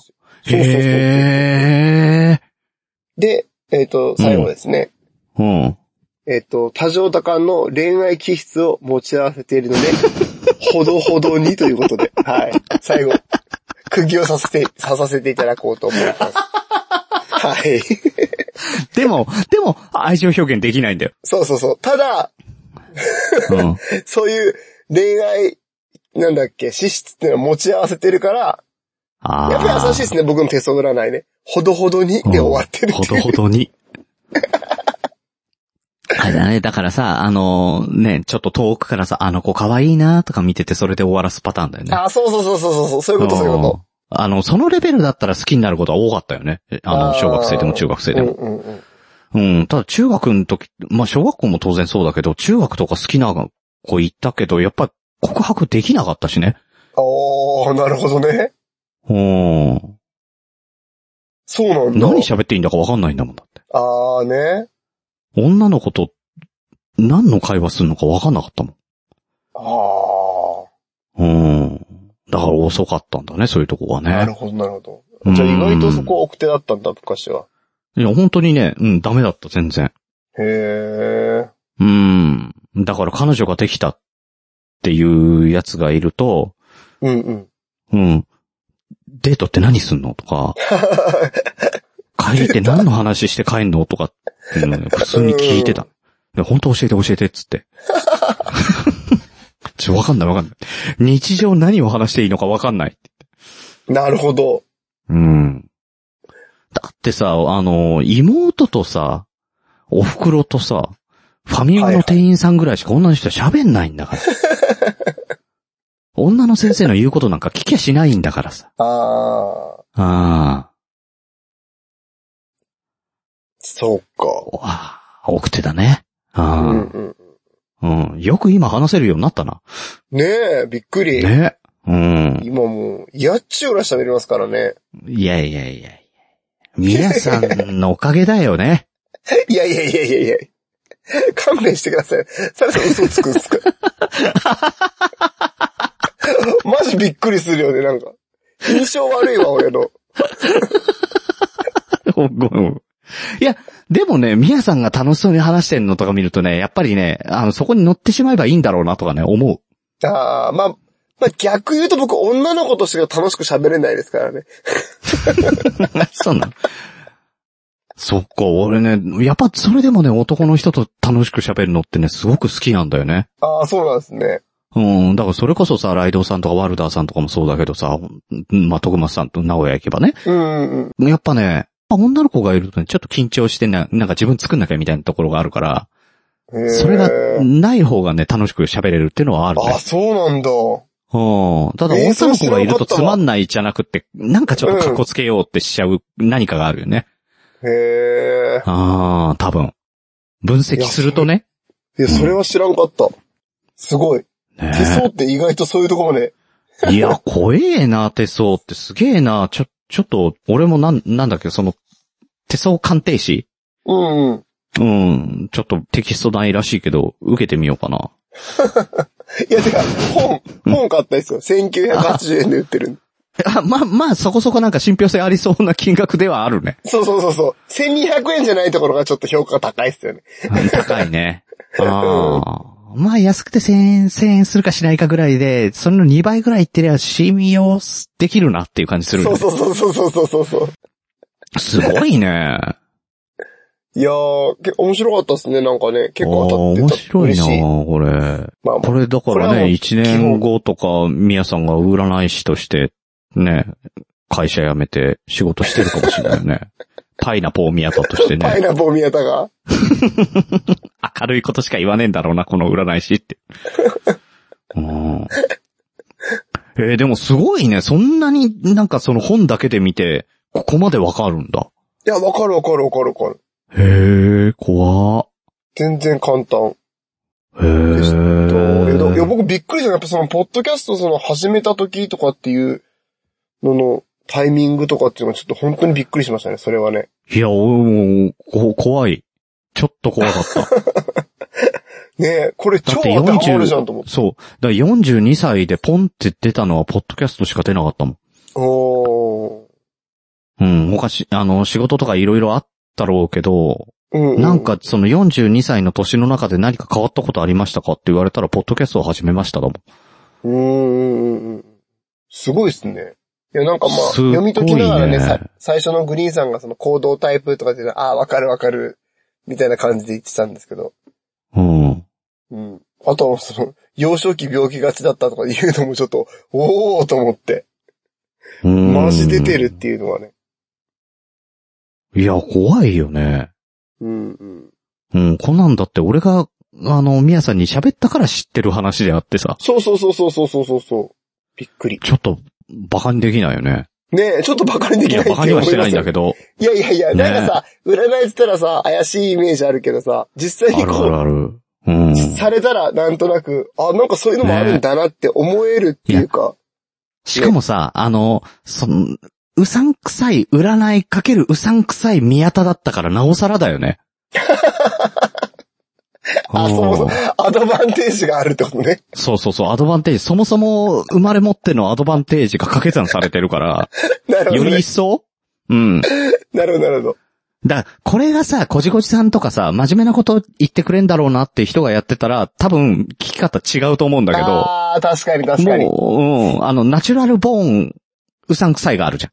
へー。 で、最後ですね。多情多感の恋愛気質を持ち合わせているので、ほどほどにということで、はい。最後、釘を刺させていただこうと思います。はい。 でも、愛情表現できないんだよ。 そう。ただ、そういう恋愛、資質っていうのを持ち合わせてるから、やっぱり優しいですね、僕の手相占いね。ほどほどにで終わってるっていう。 ほどほどに。あれだね、だからさ、ちょっと遠くからさ、あの子可愛いなとか見ててそれで終わらすパターンだよね。 そう、そういうこと。 そのレベルだったら好きになることは多かったよね。小学生でも中学生でも。ただ中学の時、まあ小学校も当然そうだけど、中学とか好きな子いたけど、やっぱ告白できなかったしね。 なるほどね。そうなんだ。 何喋っていいんだかわかんないんだもんだって。 ね。 女の子と何の会話するのかわかんなかったもん。だから遅かったんだね、そういうとこがね。 なるほど。じゃあ意外とそこは奥手だったんだ、昔は。 いや、本当にね、ダメだった、全然。 へー。だから彼女ができたっていうやつがいると、デートって何すんのとか、帰って何の話して帰んのとかっていうのを普通に聞いてた。本当教えてっつって。わかんない。日常何を話していいのかわかんない。 なるほど。 だってさ、妹とさ、お袋とさ、ファミマの店員さんぐらいしか女の人は喋んないんだから。女の先生の言うことなんか聞きゃしないんだからさ。 そうか。 奥手だね。よく今話せるようになったな。 ねえ、びっくり。 ね。 今もう、やっちゅうら喋りますからね。 いや。皆さんのおかげだよね。 いや。勘弁してください。さらさん嘘つくんすかマジびっくりするよね、なんか。印象悪いわ、俺の。 ごめん。いや、でもね、みやさんが楽しそうに話してんのとか見るとね、やっぱりね、そこに乗ってしまえばいいんだろうなとかね、思う。 まあ、逆言うと僕、女の子としては楽しく喋れないですからね。 そうなの。そっか、俺ね、やっぱそれでもね、男の人と楽しく喋るのってね、すごく好きなんだよね。 そうなんですね。 だからそれこそさ、ライドウさんとかワルダーさんとかもそうだけどさ、まあ、徳松さんと名古屋行けばね。やっぱね、女の子がいるとね、ちょっと緊張してね、なんか自分作んなきゃみたいなところがあるから、それがない方がね、楽しく喋れるっていうのはあるね。 そうなんだ。 ただ女の子がいるとつまんないじゃなくて、なんかちょっとカッコつけようってしちゃう何かがあるよね。多分。分析するとね。 いや、それは知らんかった。すごい。手相って意外とそういうとこまで。 いや、怖えな、手相ってすげえな。ちょっと、俺もなんだっけ、その、手相鑑定士？ちょっとテキストないらしいけど、受けてみようかな。 いや、てか、本買ったですよ。1980円で売ってる。 まあ、そこそこなんか信憑性ありそうな金額ではあるね。 そう。1200円じゃないところがちょっと評価が高いですよね。 高いね。まあ安くて1000円するかしないかぐらいで、それの2倍ぐらいいってりゃ信用できるなっていう感じする、ね。 そう。 すごいね。 いやー、面白かったですね、なんかね。結構当たってた。 面白いなこれ。 まあ、 これだからね、1年後とか、宮さんが占い師として、ね、会社辞めて仕事してるかもしれないよね。パイナポー宮田としてね。 パイナポー宮田が明るいことしか言わねえんだろうな、この占い師って。でもすごいね。そんなになんかその本だけで見て、ここまでわかるんだ。 いや、わかる。 へえ、怖っ。 全然簡単。 へえ。 いや、僕びっくりした。やっぱその、ポッドキャストその、始めた時とかっていうのの、タイミングとかっていうのがちょっと本当にびっくりしましたね、それはね。 いや、もう、怖い。ちょっと怖かった。 ねえ、これ超当てはまるじゃんと思って。 そう。だから42歳でポンって出たのはポッドキャストしか出なかったもん。他仕事とかいろいろあったろうけど、なんかその42歳の年の中で何か変わったことありましたかって言われたら、ポッドキャストを始めましただもん。すごいっすね。いや、なんかまあ、読み解きながらね、最初のグリーンさんがその行動タイプとかで、わかる、みたいな感じで言ってたんですけど。あとはその、幼少期病気がちだったとか言うのもちょっと、おーと思って。マジ出てるっていうのはね。 いや、怖いよね。こんなんだって俺が、宮さんに喋ったから知ってる話であってさ。 そう。びっくり。 ちょっと、バカにできないよね。 ねえ、ちょっとバカにできないってバカにはしてないんだけど。 いや、なんかさ、占いって言ったらさ、怪しいイメージあるけどさ、実際にこう、 ある。 されたらなんとなく、なんかそういうのもあるんだなって思えるっていうか。 しかもさ、うさんくさい占いかけるうさんくさい宮田だったからなおさらだよね。 そう、アドバンテージがあるってことね。 そう、アドバンテージ。そもそも生まれ持ってのアドバンテージが掛け算されてるから、 なるほどね、 より一層なるほど。 だから、これがさ、こじこじさんとかさ、真面目なこと言ってくれんだろうなって人がやってたら、多分、聞き方違うと思うんだけど。 確かに。 もう、ナチュラルボーン、うさんくさいがあるじゃん。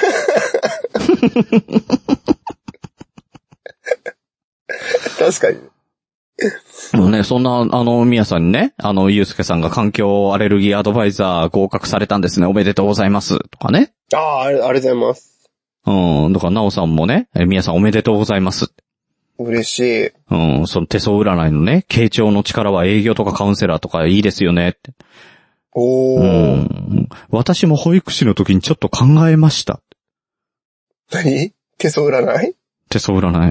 確かに。 もうね、そんな、宮さんにね、ゆうすけさんが環境アレルギーアドバイザー合格されたんですね。おめでとうございます。とかね。 ありがとうございます。 だから、なおさんもね、宮さんおめでとうございます。 嬉しい。 その手相占いのね、傾聴の力は営業とかカウンセラーとかいいですよねって。私も保育士の時にちょっと考えました。 何？手相占い？ 手相占い。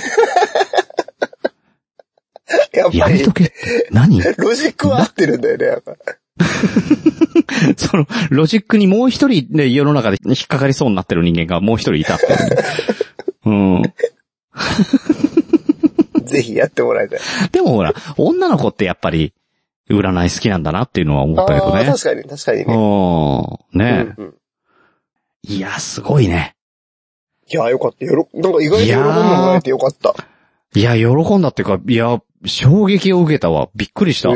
やっぱり。 やめとけって。何？ ロジックは合ってるんだよね、やっぱ。 その、ロジックにもう一人で世の中で引っかかりそうになってる人間がもう一人いたって、ね。 ぜひやってもらいたい。 でもほら、女の子ってやっぱり、占い好きなんだなっていうのは思ったけどね。 確かにね。 ねいや、すごいね。 いや、よかった。なんか意外と喜んでもらえてよかった。 いや、喜んだっていうか、いや、衝撃を受けたわ。びっくりした。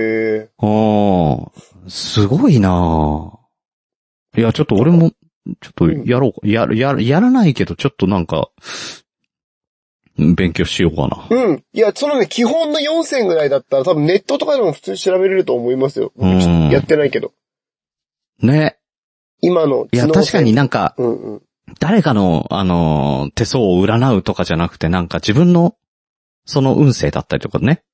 すごいなぁ。いや、ちょっと俺も、ちょっとやろう。やらないけど、ちょっとなんか、勉強しようかな。 いや、そのね、基本の4選ぐらいだったら多分ネットとかでも普通に調べれると思いますよ。やってないけど。 ね。 今の。 いや、確かになんか、誰かの、手相を占うとかじゃなくて、なんか自分の、その運勢だったりとかね。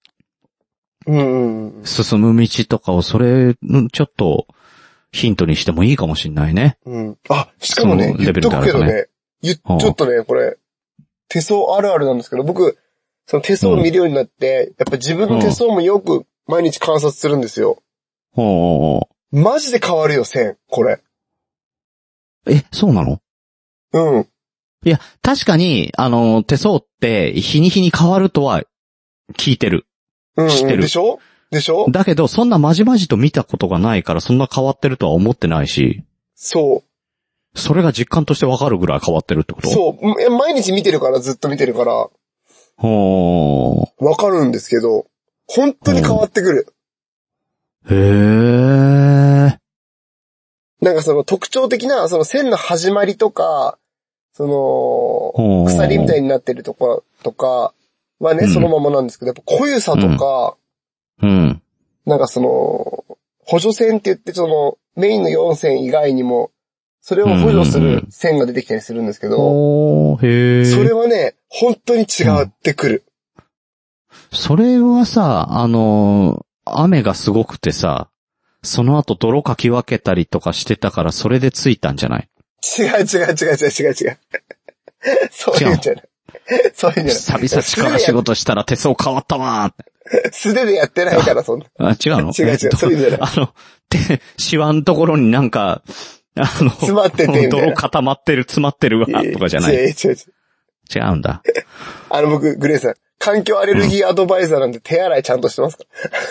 進む道とかをそれ、ちょっと、ヒントにしてもいいかもしんないね。 しかもね、言っとくけどね、ちょっとね、これ、手相あるあるなんですけど、僕、その手相を見るようになって、やっぱ自分の手相もよく毎日観察するんですよ。マジで変わるよ、線、これ。 そうなの？いや、確かに、手相って、日に日に変わるとは、聞いてる。知ってる。 でしょだけど、そんなまじまじと見たことがないから、そんな変わってるとは思ってないし。 そう。 それが実感としてわかるぐらい変わってるってこと？ そう。毎日見てるから、ずっと見てるから。わかるんですけど、本当に変わってくる。なんかその特徴的な、その線の始まりとか、 鎖みたいになってるとことかはね、そのままなんですけど、やっぱ濃ゆさとか、なんか補助線って言って、メインの4線以外にも、それを補助する線が出てきたりするんですけど、それはね、本当に違ってくる。 それはさ、雨がすごくてさ、その後泥かき分けたりとかしてたからそれでついたんじゃない？ 違う。そういうんじゃない。そういうんじゃない。 久々力仕事したら手相変わったわー。 素手でやってないから、そんな。 あ、違うの？ 違う。そういうんじゃない。 シワのところになんか、 詰まってて、 泥固まってる、詰まってるわ、とかじゃない。 違うんだ。 僕、グレーさん、環境アレルギーアドバイザーなんで手洗いちゃんとしてますか？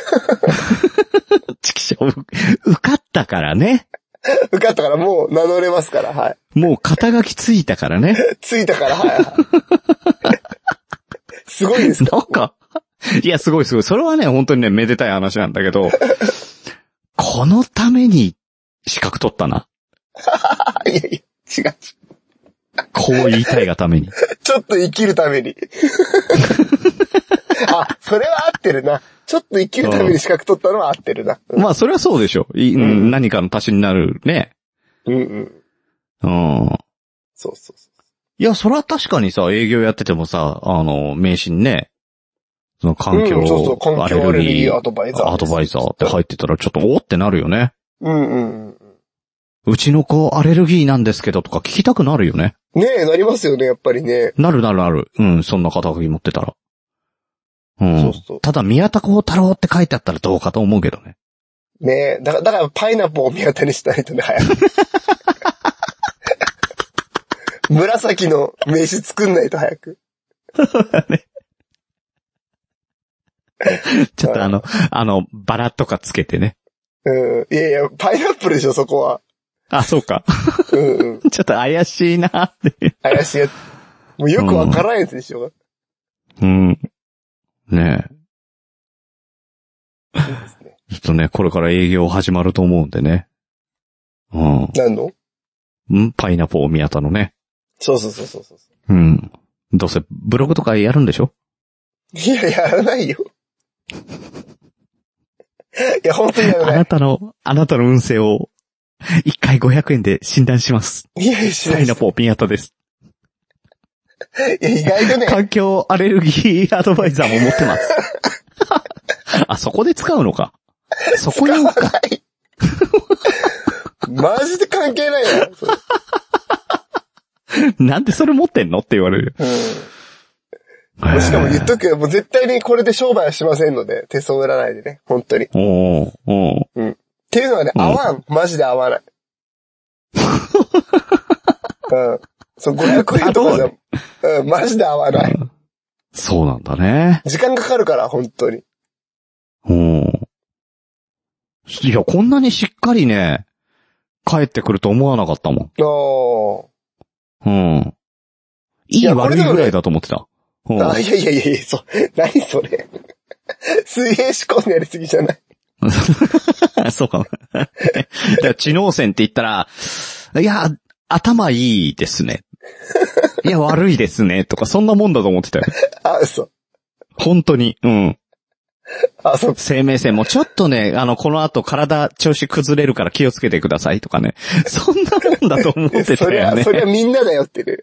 受かったからね。 受かったからもう名乗れますから、はい。 もう肩書きついたからね。 ついたから、はい。すごいですか？ なんか、いや、すごい。それはね、本当にね、めでたい話なんだけど、このために資格取ったな。 いや、違う。 こう言いたいがために。 ちょっと生きるために。それは合ってるな。ちょっと生きるために資格取ったのは合ってるな。 まあ、それはそうでしょ。何かの足しになるね。 そう。 いや、それは確かにさ、営業やっててもさ、名刺にね、その環境アレルギーアドバイザーって入ってたらちょっとおってなるよね。うちの子アレルギーなんですけどとか聞きたくなるよね。 ねえ、なりますよね、やっぱりね。 なる。そんな肩書き持ってたら。 そう。 ただ、宮田幸太郎って書いてあったらどうかと思うけどね。 ねえ、だからパイナップルを宮田にしないとね、早く。紫の名刺作んないと早く。 そうだね。ちょっとバラとかつけてね。 いや、パイナップルでしょ、そこは。 あ、そうか。ちょっと怪しいなって。 怪しいやつ。もうよくわからんやつでしょ。 ねえ。ちょっとね、これから営業始まると思うんでね。 何の？ パイナポー宮田のね。 そう。 どうせブログとかやるんでしょ？ いや、やらないよ。いや、本当にやらない。 あなたの運勢を、1回500円で診断します。 いや、しない。 パイナポー宮田です。 いや、意外とね。 環境アレルギーアドバイザーも持ってます。あ、そこで使うのか。そこ用か。 マジで関係ないよ。 なんでそれ持ってんのって言われる。 しかも言っとくけど、もう絶対にこれで商売はしませんので、手相占いでね、本当に。っていうのはね、合わん。マジで合わない。そう、500円とかじゃ、マジで合わない。 そうなんだね。 時間かかるから、本当に。 いや、こんなにしっかりね、帰ってくると思わなかったもん。いい悪いぐらいだと思ってた。 いや、何それ。水平思考のやりすぎじゃない。 そうかも。知能線って言ったら、いや、頭いいですね。いや、悪いですね。とか、そんなもんだと思ってたよ。 嘘。 本当に。 そう。 生命線もちょっとね、この後体調子崩れるから気をつけてくださいとかね。そんなもんだと思ってたよね。 そりゃみんなだよってね。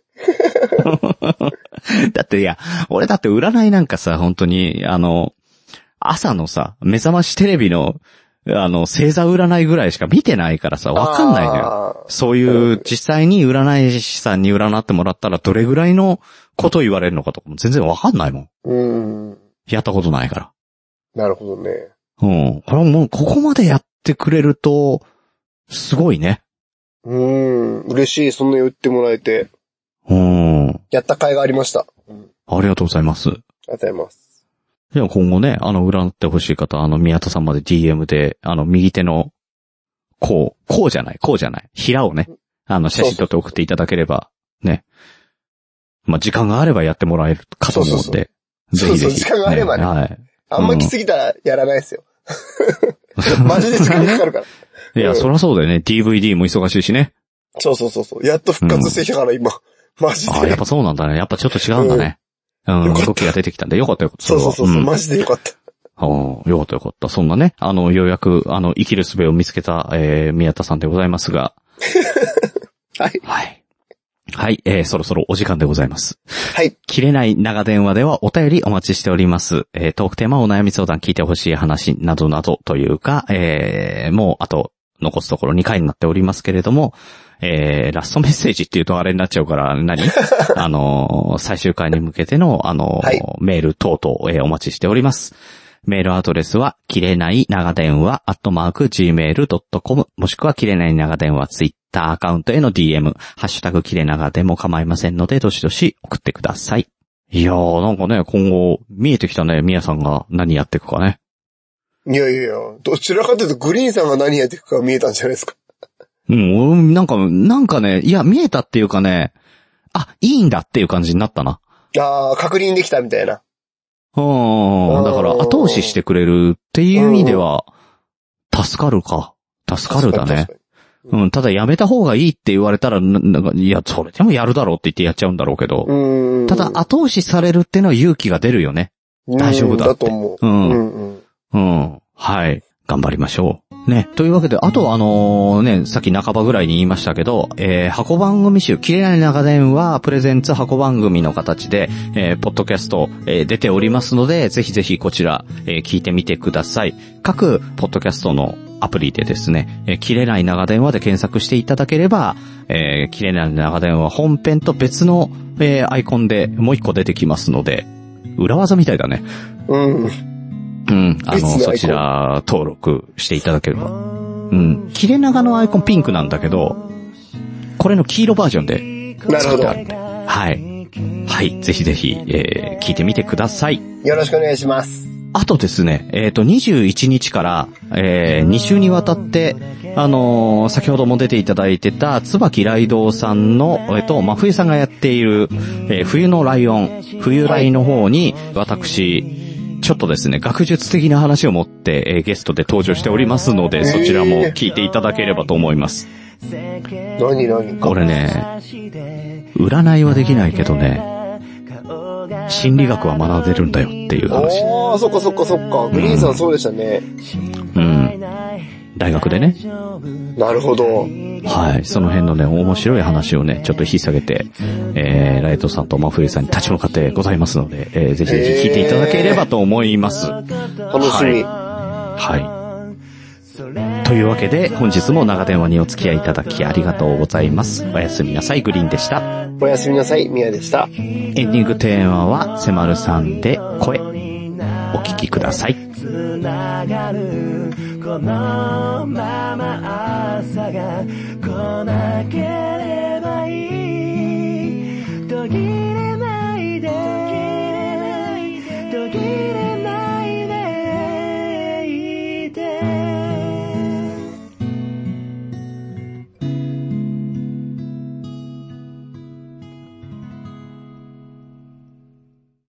だっていや、俺だって占いなんかさ、本当に、朝のさ、目覚ましテレビの、星座占いぐらいしか見てないからさ、わかんないのよ。そういう、実際に占い師さんに占ってもらったらどれぐらいのこと言われるのかとかも全然わかんないもん。やったことないから。 なるほどね。 これはもう、ここまでやってくれると、すごいね。 嬉しい、そんな言ってもらえて。やった甲斐がありました。 ありがとうございます。 ありがとうございます。 では今後ね、占ってほしい方、宮田さんまで DM で、右手の、こうじゃない、平をね、写真撮って送っていただければ、ね。まあ、時間があればやってもらえるかと思って。ぜひぜひ。 時間があればね。はい。あんま来すぎたらやらないですよ。マジで時間かかるから。 いや、そりゃそうだよね。DVD も忙しいしね。 そう。やっと復活してきたから今。 マジで。 あ、やっぱそうなんだね。やっぱちょっと違うんだね。動きが出てきたんで、よかったよかった。 そう、マジでよかった。 よかったよかった。そんなね、ようやく、生きる術を見つけた、宮田さんでございますが。 はい。 はい。はい、そろそろお時間でございます。 はい。 切れない長電話ではお便りお待ちしております。トークテーマ、お悩み相談、聞いてほしい話などなどというか、もうあと残すところ2回になっておりますけれども、ラストメッセージっていうとあれになっちゃうから最終回に向けてのはい、メール等々、お待ちしております。メールアドレスは、切れない長電話@gmail.com もしくは切れない長電話ツイッターアカウントへの DM、ハッシュタグ切れ長でも構いませんので、どしどし送ってください。いやー、なんかね、今後、見えてきたね、みやさんが何やっていくかね。 いや、どちらかというとグリーンさんが何やっていくか見えたんじゃないですか。 なんかね、いや、見えたっていうかね、いいんだっていう感じになったな。 確認できたみたいな。 だから後押ししてくれるっていう意味では、助かるだね。ただやめた方がいいって言われたら、いや、それでもやるだろうって言ってやっちゃうんだろうけど、ただ後押しされるっていうのは勇気が出るよね。大丈夫だって。 だと思う。 はい。頑張りましょう。ね。というわけで、あとさっき半ばぐらいに言いましたけど、箱番組集、切れない長電話、プレゼンツ箱番組の形で、ポッドキャスト、出ておりますので、ぜひぜひこちら、聞いてみてください。各、ポッドキャストのアプリでですね、切れない長電話で検索していただければ、切れない長電話本編と別の、アイコンでもう一個出てきますので、裏技みたいだね。そちら登録していただければ。切れ長のアイコンピンクなんだけど、これの黄色バージョンで作ってあるんで。はい。はい。ぜひぜひ、聞いてみてください。 よろしくお願いします。 あとですね、21日から、2週にわたって、先ほども出ていただいてた、椿ライドウさんの、真冬さんがやっている、冬のライオン、冬ライの方に、私、ちょっとですね、学術的な話を持って、ゲストで登場しておりますので、そちらも聞いていただければと思います。 何俺ね、占いはできないけどね、心理学は学べるんだよっていう話。 そっか。グリーンさんそうでしたね。 大学でね。 なるほど。 はい。その辺のね、面白い話をね、ちょっと引っ提げて、ライトさんと真冬さんに立ち向かってございますので、ぜひぜひ聞いていただければと思います。 楽しみ。 はい。というわけで、本日も長電話にお付き合いいただきありがとうございます。おやすみなさい、グリーンでした。 おやすみなさい、ミヤでした。 エンディングテーマは、せまるさんで声。お聞きください。つながるこのまま朝が来なければ